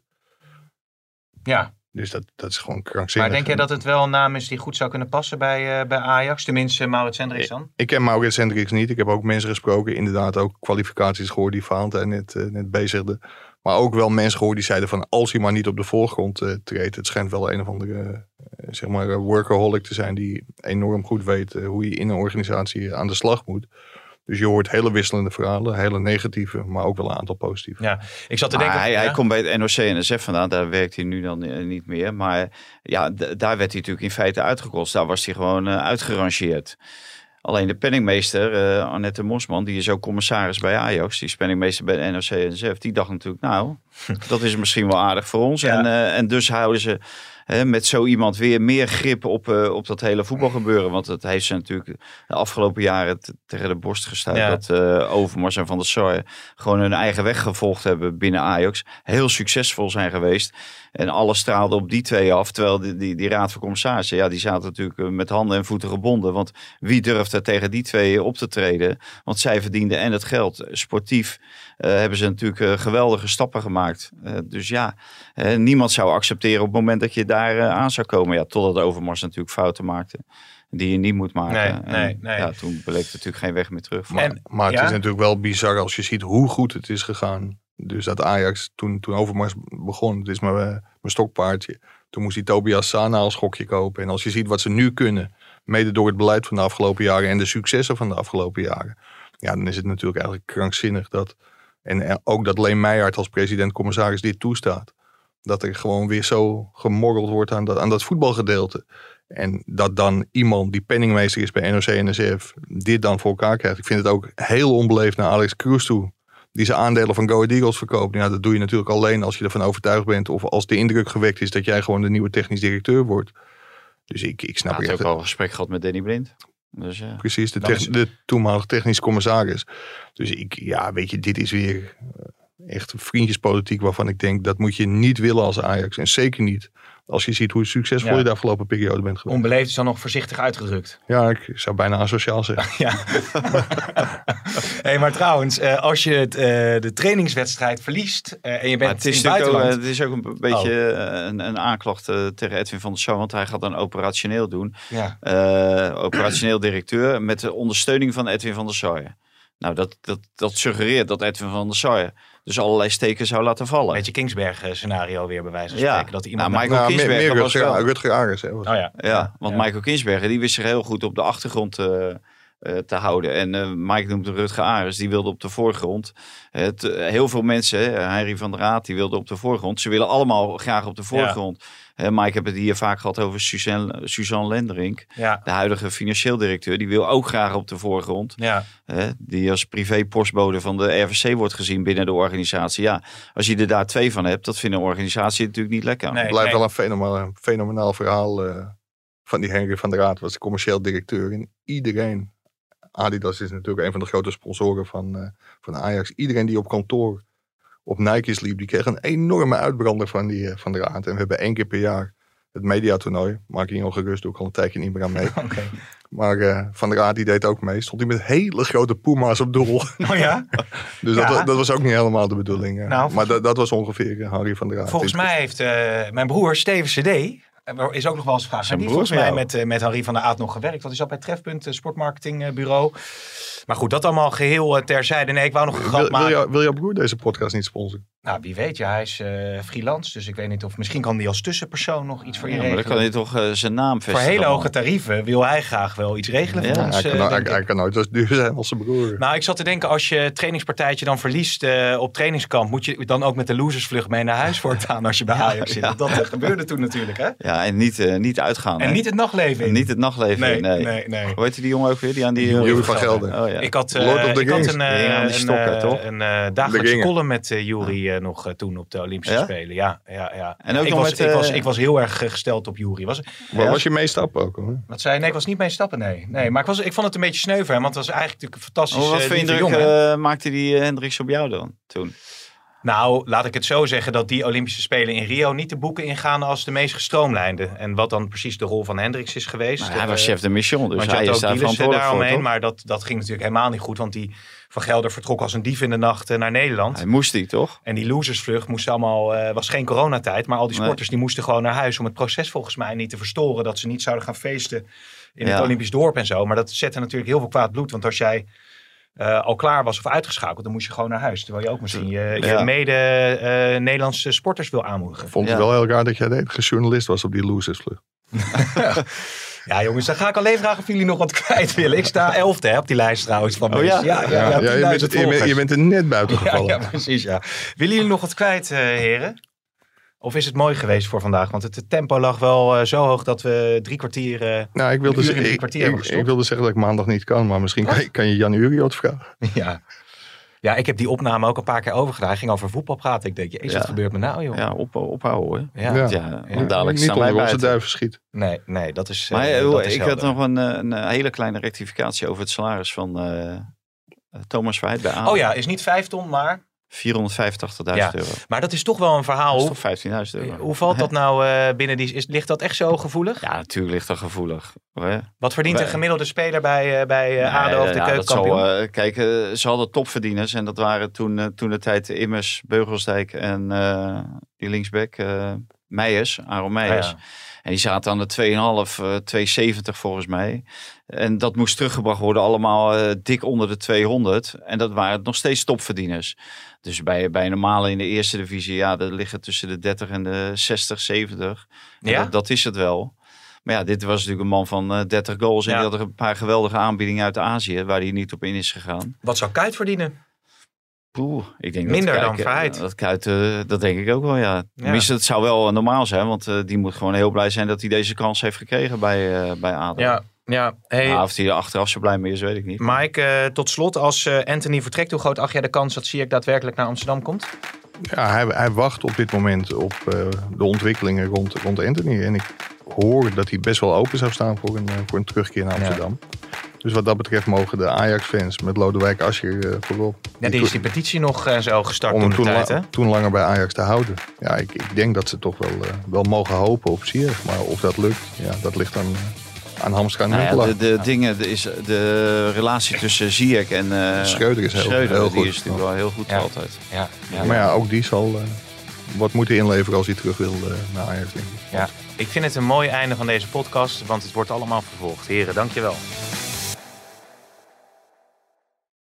[SPEAKER 3] Ja.
[SPEAKER 5] Dus dat, dat is gewoon krankzinnig.
[SPEAKER 3] Maar denk jij dat het wel een naam is die goed zou kunnen passen bij, uh, bij Ajax? Tenminste, Maurits Hendricks dan?
[SPEAKER 5] Ik, ik ken Maurits Hendricks niet. Ik heb ook mensen gesproken. Inderdaad ook kwalificaties gehoord die Valentijn net, uh, net bezigde. Maar ook wel mensen gehoord die zeiden van als hij maar niet op de voorgrond uh, treedt. Het schijnt wel een of andere uh, zeg maar uh, workaholic te zijn die enorm goed weet uh, hoe je in een organisatie aan de slag moet. Dus je hoort hele wisselende verhalen, hele negatieve, maar ook wel een aantal positieve.
[SPEAKER 3] Ja, ik zat te
[SPEAKER 4] maar
[SPEAKER 3] denken.
[SPEAKER 4] Hij,
[SPEAKER 3] ja?
[SPEAKER 4] hij komt bij het N O C N S F vandaan, daar werkt hij nu dan uh, niet meer. Maar ja, d- daar werd hij natuurlijk in feite uitgekost. Daar was hij gewoon uh, uitgerangeerd. Alleen de penningmeester, uh, Annette Mosman, die is ook commissaris bij Ajax. Die is penningmeester bij de N O C N S F. Die dacht natuurlijk, nou, dat is misschien wel aardig voor ons. Ja. En, uh, en dus houden ze He, met zo iemand weer meer grip op, uh, op dat hele voetbalgebeuren. Want het heeft ze natuurlijk de afgelopen jaren t- tegen de borst gestuurd. Ja. Dat uh, Overmars en Van der Sar gewoon hun eigen weg gevolgd hebben binnen Ajax. Heel succesvol zijn geweest. En alles straalde op die twee af. Terwijl die, die, die raad van commissarissen, ja, die zaten natuurlijk uh, met handen en voeten gebonden. Want wie durfde tegen die twee op te treden? Want zij verdienden en het geld. Sportief uh, hebben ze natuurlijk uh, geweldige stappen gemaakt. Uh, dus ja, uh, niemand zou accepteren op het moment dat je daar uh, aan zou komen. Ja, totdat Overmars natuurlijk fouten maakte. Die je niet moet maken.
[SPEAKER 3] Nee,
[SPEAKER 4] en,
[SPEAKER 3] nee, nee.
[SPEAKER 4] Ja, toen bleek er natuurlijk geen weg meer terug.
[SPEAKER 5] Maar,
[SPEAKER 3] En,
[SPEAKER 5] maar het
[SPEAKER 3] ja?
[SPEAKER 5] is natuurlijk wel bizar als je ziet hoe goed het is gegaan. Dus dat Ajax, toen, toen Overmars begon, het is maar uh, mijn stokpaardje. Toen moest die Tobias Sana als schokje kopen. En als je ziet wat ze nu kunnen, mede door het beleid van de afgelopen jaren en de successen van de afgelopen jaren. Ja, dan is het natuurlijk eigenlijk krankzinnig dat, en ook dat Leen Meijer als president-commissaris dit toestaat. Dat er gewoon weer zo gemorreld wordt aan dat, aan dat voetbalgedeelte. En dat dan iemand die penningmeester is bij N O C N S F dit dan voor elkaar krijgt. Ik vind het ook heel onbeleefd naar Alex Kroes toe. Die zijn aandelen van Go Ahead Eagles verkoopt. Ja, dat doe je natuurlijk alleen als je ervan overtuigd bent. Of als de indruk gewekt is dat jij gewoon de nieuwe technisch directeur wordt. Dus ik, ik snap
[SPEAKER 4] ja,
[SPEAKER 5] echt...
[SPEAKER 4] Ik heb ook al een gesprek gehad met Danny Blind. Dus, ja.
[SPEAKER 5] Precies, de,
[SPEAKER 3] is...
[SPEAKER 5] de toenmalige technisch commissaris. Dus ik, ja, weet je, dit is weer echt vriendjespolitiek waarvan ik denk, dat moet je niet willen als Ajax. En zeker niet als je ziet hoe succesvol ja. je de afgelopen periode bent geweest.
[SPEAKER 3] Onbeleefd is dan nog voorzichtig uitgedrukt.
[SPEAKER 5] Ja, ik zou bijna asociaal zeggen.
[SPEAKER 3] Ja. Hey, maar trouwens, uh, als je het, uh, de trainingswedstrijd verliest uh, en je bent
[SPEAKER 4] het is
[SPEAKER 3] in het buitenland...
[SPEAKER 4] Ook, uh, het is ook een beetje oh. een, een aanklacht uh, tegen Edwin van der Sar, want hij gaat dan operationeel doen.
[SPEAKER 3] Ja.
[SPEAKER 4] Uh, operationeel directeur met de ondersteuning van Edwin van der Sar. Nou, dat, dat, dat suggereert dat Edwin van der Sar dus allerlei steken zou laten vallen.
[SPEAKER 3] Beetje Kingsberg-scenario weer bij wijze van
[SPEAKER 4] ja.
[SPEAKER 3] spreken. Dat iemand
[SPEAKER 5] nou, Michael nou, Kingsberger meer, meer was Rutger, wel... Rutger Ares. Hè, was...
[SPEAKER 3] Oh, ja.
[SPEAKER 4] Ja, ja, want ja. Michael Kingsberger die wist zich heel goed op de achtergrond uh, uh, te houden. En uh, Mike noemde Rutger Ares, die wilde op de voorgrond. Het, uh, heel veel mensen, Henry van der Raad, die wilde op de voorgrond. Ze willen allemaal graag op de voorgrond. Ja. Uh, Mike heb het hier vaak gehad over Suzanne, Suzanne Lenderink. Ja. De huidige financieel directeur. Die wil ook graag op de voorgrond. Ja. Uh, die als privé-postbode van de R V C wordt gezien binnen de organisatie. Ja, als je er daar twee van hebt, dat vindt een organisatie natuurlijk niet lekker.
[SPEAKER 5] Nee, het blijft nee. wel een fenomenaal, fenomenaal verhaal uh, van die Henry van der Raad. Was de commercieel directeur. En iedereen, Adidas is natuurlijk een van de grote sponsoren van, uh, van Ajax. Iedereen die op kantoor op Nike's liep, die kreeg een enorme uitbrander van, die, uh, van de raad. En we hebben één keer per jaar het mediatoernooi. Maak je niet ongerust, doe ik al een tijdje niet meer aan mee.
[SPEAKER 3] Okay.
[SPEAKER 5] Maar uh, Van der Aart die deed ook mee. Stond hij met hele grote puma's op doel.
[SPEAKER 3] Oh ja?
[SPEAKER 5] Dus
[SPEAKER 3] ja.
[SPEAKER 5] Dat, dat was ook niet helemaal de bedoeling. Uh.
[SPEAKER 3] Nou,
[SPEAKER 5] maar dat, dat was ongeveer uh, Harry van der Aart.
[SPEAKER 3] Volgens mij heeft uh, mijn broer Steven C D... Er is ook nog wel eens gevraagd. Die volgens mij met, uh, met Harry van der Aart nog gewerkt. Want hij zat bij Trefpunt, uh, sportmarketingbureau. Uh, maar goed, dat allemaal geheel uh, terzijde. Nee, ik wou nog een grap
[SPEAKER 5] wil,
[SPEAKER 3] maken.
[SPEAKER 5] Wil, jou, wil jouw broer deze podcast niet sponsoren?
[SPEAKER 3] Nou, wie weet. Ja, hij is uh, freelance. Dus ik weet niet of... Misschien kan hij als tussenpersoon nog iets voor je
[SPEAKER 4] ja,
[SPEAKER 3] regelen.
[SPEAKER 4] Maar dan kan hij toch uh, zijn naam vestigen.
[SPEAKER 3] Voor hele hoge tarieven wil hij graag wel iets regelen
[SPEAKER 4] ja,
[SPEAKER 3] voor ons.
[SPEAKER 5] Hij kan,
[SPEAKER 3] uh,
[SPEAKER 5] hij, hij kan nooit zo duur zijn als zijn broer.
[SPEAKER 3] Nou, ik zat te denken, als je trainingspartijtje dan verliest uh, op trainingskamp, moet je dan ook met de losersvlucht mee naar huis voortaan als je bij Ajax zit.
[SPEAKER 4] Ja.
[SPEAKER 3] Dat uh, gebeurde toen natuurlijk, hè?
[SPEAKER 4] Ja, en niet, uh, niet uitgaan.
[SPEAKER 3] En
[SPEAKER 4] hè?
[SPEAKER 3] niet het nachtleven in.
[SPEAKER 4] En niet het nachtleven
[SPEAKER 3] nee,
[SPEAKER 4] in, nee.
[SPEAKER 3] nee, nee.
[SPEAKER 4] Hoe heet die jongen ook weer? Die aan die...
[SPEAKER 5] Jury van Gelder.
[SPEAKER 4] Oh, ja.
[SPEAKER 3] Ik had, uh,
[SPEAKER 5] Lord of the
[SPEAKER 3] ik had
[SPEAKER 5] Rings.
[SPEAKER 3] een, uh,
[SPEAKER 4] Die aan die
[SPEAKER 3] een,
[SPEAKER 4] stokken,
[SPEAKER 3] uh,
[SPEAKER 4] toch?
[SPEAKER 3] een uh, dagelijkse
[SPEAKER 5] ringen.
[SPEAKER 3] column met uh, Jury uh, nog uh, toen op de Olympische
[SPEAKER 4] Ja?
[SPEAKER 3] Spelen. Ja, ja, ja.
[SPEAKER 4] En ook
[SPEAKER 3] ik,
[SPEAKER 4] nog
[SPEAKER 3] was,
[SPEAKER 4] met,
[SPEAKER 3] ik, was,
[SPEAKER 4] uh,
[SPEAKER 3] ik was heel erg uh, gesteld op Jury. Was,
[SPEAKER 5] Waar
[SPEAKER 4] Ja?
[SPEAKER 5] was je mee stappen ook? Hoor?
[SPEAKER 3] wat zei je? Nee, ik was niet mee stappen, nee. nee maar ik, was, ik vond het een beetje sneu voor hem, want het was eigenlijk natuurlijk een fantastisch
[SPEAKER 4] Oh, wat
[SPEAKER 3] uh,
[SPEAKER 4] voor
[SPEAKER 3] lieve
[SPEAKER 4] indruk
[SPEAKER 3] jongen.
[SPEAKER 4] uh, maakte die uh, Hendricks op jou dan toen?
[SPEAKER 3] Nou, laat ik het zo zeggen dat die Olympische Spelen in Rio niet de boeken ingaan als de meest gestroomlijnde. En wat dan precies de rol van Hendricks is geweest.
[SPEAKER 4] Nou, hij
[SPEAKER 3] dat,
[SPEAKER 4] was
[SPEAKER 3] uh,
[SPEAKER 4] chef de mission, dus
[SPEAKER 3] want je
[SPEAKER 4] hij
[SPEAKER 3] had
[SPEAKER 4] is
[SPEAKER 3] ook
[SPEAKER 4] daar
[SPEAKER 3] Dielissen
[SPEAKER 4] verantwoordelijk voor,
[SPEAKER 3] daaromheen,
[SPEAKER 4] toch?
[SPEAKER 3] maar dat, dat ging natuurlijk helemaal niet goed. Want die Van Gelder vertrok als een dief in de nacht uh, naar Nederland.
[SPEAKER 4] Hij moest die, toch?
[SPEAKER 3] En die losersvlucht moest allemaal, uh, was geen coronatijd. Maar al die sporters die moesten gewoon naar huis om het proces volgens mij niet te verstoren. Dat ze niet zouden gaan feesten in
[SPEAKER 4] Ja.
[SPEAKER 3] het Olympisch dorp en zo. Maar dat zette natuurlijk heel veel kwaad bloed. Want als jij uh, al klaar was of uitgeschakeld, dan moest je gewoon naar huis. Terwijl je ook misschien je, je
[SPEAKER 4] Ja.
[SPEAKER 3] mede uh, Nederlandse sporters wil aanmoedigen.
[SPEAKER 5] Ik vond het
[SPEAKER 4] Ja.
[SPEAKER 5] wel heel raar dat jij de enige journalist was op die losersvlucht.
[SPEAKER 3] Ja jongens, dan ga ik alleen vragen of jullie nog wat kwijt willen. Ik sta elfde hè, op die lijst trouwens van
[SPEAKER 4] Oh ja?
[SPEAKER 3] mensen. Ja, ja, ja,
[SPEAKER 5] Ja, je,
[SPEAKER 3] tienduizend
[SPEAKER 5] bent, je, bent,
[SPEAKER 3] volgers.
[SPEAKER 5] je bent er net buiten
[SPEAKER 3] Ja,
[SPEAKER 5] gevallen.
[SPEAKER 3] ja, precies ja. Willen jullie nog wat kwijt uh, heren? Of is het mooi geweest voor vandaag? Want het, het tempo lag wel uh, zo hoog dat we drie kwartier... Uh,
[SPEAKER 5] Nou, ik wilde,
[SPEAKER 3] Een uur
[SPEAKER 5] zeggen,
[SPEAKER 3] en drie
[SPEAKER 5] ik,
[SPEAKER 3] kwartier
[SPEAKER 5] ik,
[SPEAKER 3] hebben gestopt.
[SPEAKER 5] ik wilde zeggen dat ik maandag niet kan, maar misschien kan je, kan je Jan Uriot vragen.
[SPEAKER 3] ja. ja, ik heb die opname ook een paar keer overgedaan. Ik ging over voetbal praten. Ik denk, jezus,
[SPEAKER 4] Ja.
[SPEAKER 3] wat gebeurt me nou joh?
[SPEAKER 4] Ja, op, ophouden hoor.
[SPEAKER 3] Ja.
[SPEAKER 5] Ja.
[SPEAKER 4] Ja,
[SPEAKER 3] Ja.
[SPEAKER 4] want dadelijk
[SPEAKER 5] niet
[SPEAKER 4] staan wij
[SPEAKER 5] onder onze
[SPEAKER 4] buiten.
[SPEAKER 5] duiven schiet.
[SPEAKER 3] Nee, nee, dat is uh,
[SPEAKER 4] Maar uh,
[SPEAKER 3] dat is
[SPEAKER 4] ik had
[SPEAKER 3] helder.
[SPEAKER 4] nog een, uh, een hele kleine rectificatie over het salaris van uh, Thomas Verheid bij A.
[SPEAKER 3] Oh ja, is niet vijf ton, maar...
[SPEAKER 4] vierhonderdvijfentachtigduizend
[SPEAKER 3] Ja.
[SPEAKER 4] euro.
[SPEAKER 3] Maar dat is toch wel een verhaal.
[SPEAKER 4] Dat is
[SPEAKER 3] Hoe,
[SPEAKER 4] toch vijftienduizend euro.
[SPEAKER 3] hoe valt dat nou uh, binnen die... Is, ligt dat echt zo gevoelig?
[SPEAKER 4] Ja, natuurlijk ligt dat gevoelig. Hoor.
[SPEAKER 3] Wat verdient een
[SPEAKER 4] Wij-
[SPEAKER 3] gemiddelde speler bij, uh, bij uh,
[SPEAKER 4] Nee,
[SPEAKER 3] ADO of de
[SPEAKER 4] ja, dat
[SPEAKER 3] keukenkampioen?
[SPEAKER 4] zal, uh, kijk, uh, ze hadden topverdieners. En dat waren toen, uh, toen de tijd Immers, Beugelsdijk en uh, die linksback uh, Meijers, Aaron Meijers.
[SPEAKER 3] Ah, ja.
[SPEAKER 4] En die zaten aan de twee komma vijf, uh, twee zeventig volgens mij. En dat moest teruggebracht worden allemaal uh, dik onder de tweehonderd. En dat waren nog steeds topverdieners. Dus bij, bij normale in de eerste divisie, ja, dat liggen tussen de dertig en de zestig, zeventig. En
[SPEAKER 3] Ja?
[SPEAKER 4] Dat, dat is het wel. Maar ja, dit was natuurlijk een man van uh, dertig goals. En
[SPEAKER 3] Ja.
[SPEAKER 4] die had er een paar geweldige aanbiedingen uit Azië, waar hij niet op in is gegaan.
[SPEAKER 3] Wat zou Kuyt verdienen?
[SPEAKER 4] Poeh, ik denk
[SPEAKER 3] Minder
[SPEAKER 4] dat
[SPEAKER 3] dan
[SPEAKER 4] Kuyt-
[SPEAKER 3] Verheid.
[SPEAKER 4] Dat Kuyt, uh, dat denk ik ook wel, ja. Tenminste, het zou wel uh, normaal zijn. Want uh, die moet gewoon heel blij zijn dat hij deze kans heeft gekregen bij, uh, bij ADO.
[SPEAKER 3] Ja, ja. Hey,
[SPEAKER 4] Nou, of hij er achteraf zo blij mee is, weet ik niet.
[SPEAKER 3] Mike, uh, tot slot, als uh, Anthony vertrekt, hoe groot acht jij de kans dat Ziyech daadwerkelijk naar Amsterdam komt?
[SPEAKER 5] Ja, hij, hij wacht op dit moment op uh, de ontwikkelingen rond, rond Anthony. En ik hoor dat hij best wel open zou staan voor een, uh, voor een terugkeer naar Amsterdam. Ja. Dus wat dat betreft mogen de Ajax-fans met Lodewijk Asscher uh, voorop.
[SPEAKER 3] Ja, die is die petitie nog uh, zo gestart
[SPEAKER 5] om hem
[SPEAKER 3] toen de
[SPEAKER 5] toen,
[SPEAKER 3] tijd,
[SPEAKER 5] la-
[SPEAKER 3] hè?
[SPEAKER 5] toen langer bij Ajax te houden. Ja, ik, ik denk dat ze toch wel, uh, wel mogen hopen op Ziyech. Maar of dat lukt, ja, dat ligt dan uh, aan Hamstra en
[SPEAKER 4] Nou ja,
[SPEAKER 5] Huntelaar.
[SPEAKER 4] de, de dingen, de, is, de relatie tussen Ziyech en uh,
[SPEAKER 5] Schreuder is heel,
[SPEAKER 4] Schreuder,
[SPEAKER 5] heel
[SPEAKER 4] die
[SPEAKER 5] goed.
[SPEAKER 4] is natuurlijk wel heel goed
[SPEAKER 3] Ja.
[SPEAKER 4] altijd.
[SPEAKER 3] Ja, ja.
[SPEAKER 5] Maar ja, ook die zal uh, wat moeten inleveren als hij terug wil uh, naar Ajax, denk ik.
[SPEAKER 3] Ja. Ik vind het een mooi einde van deze podcast, want het wordt allemaal vervolgd. Heren, dankjewel.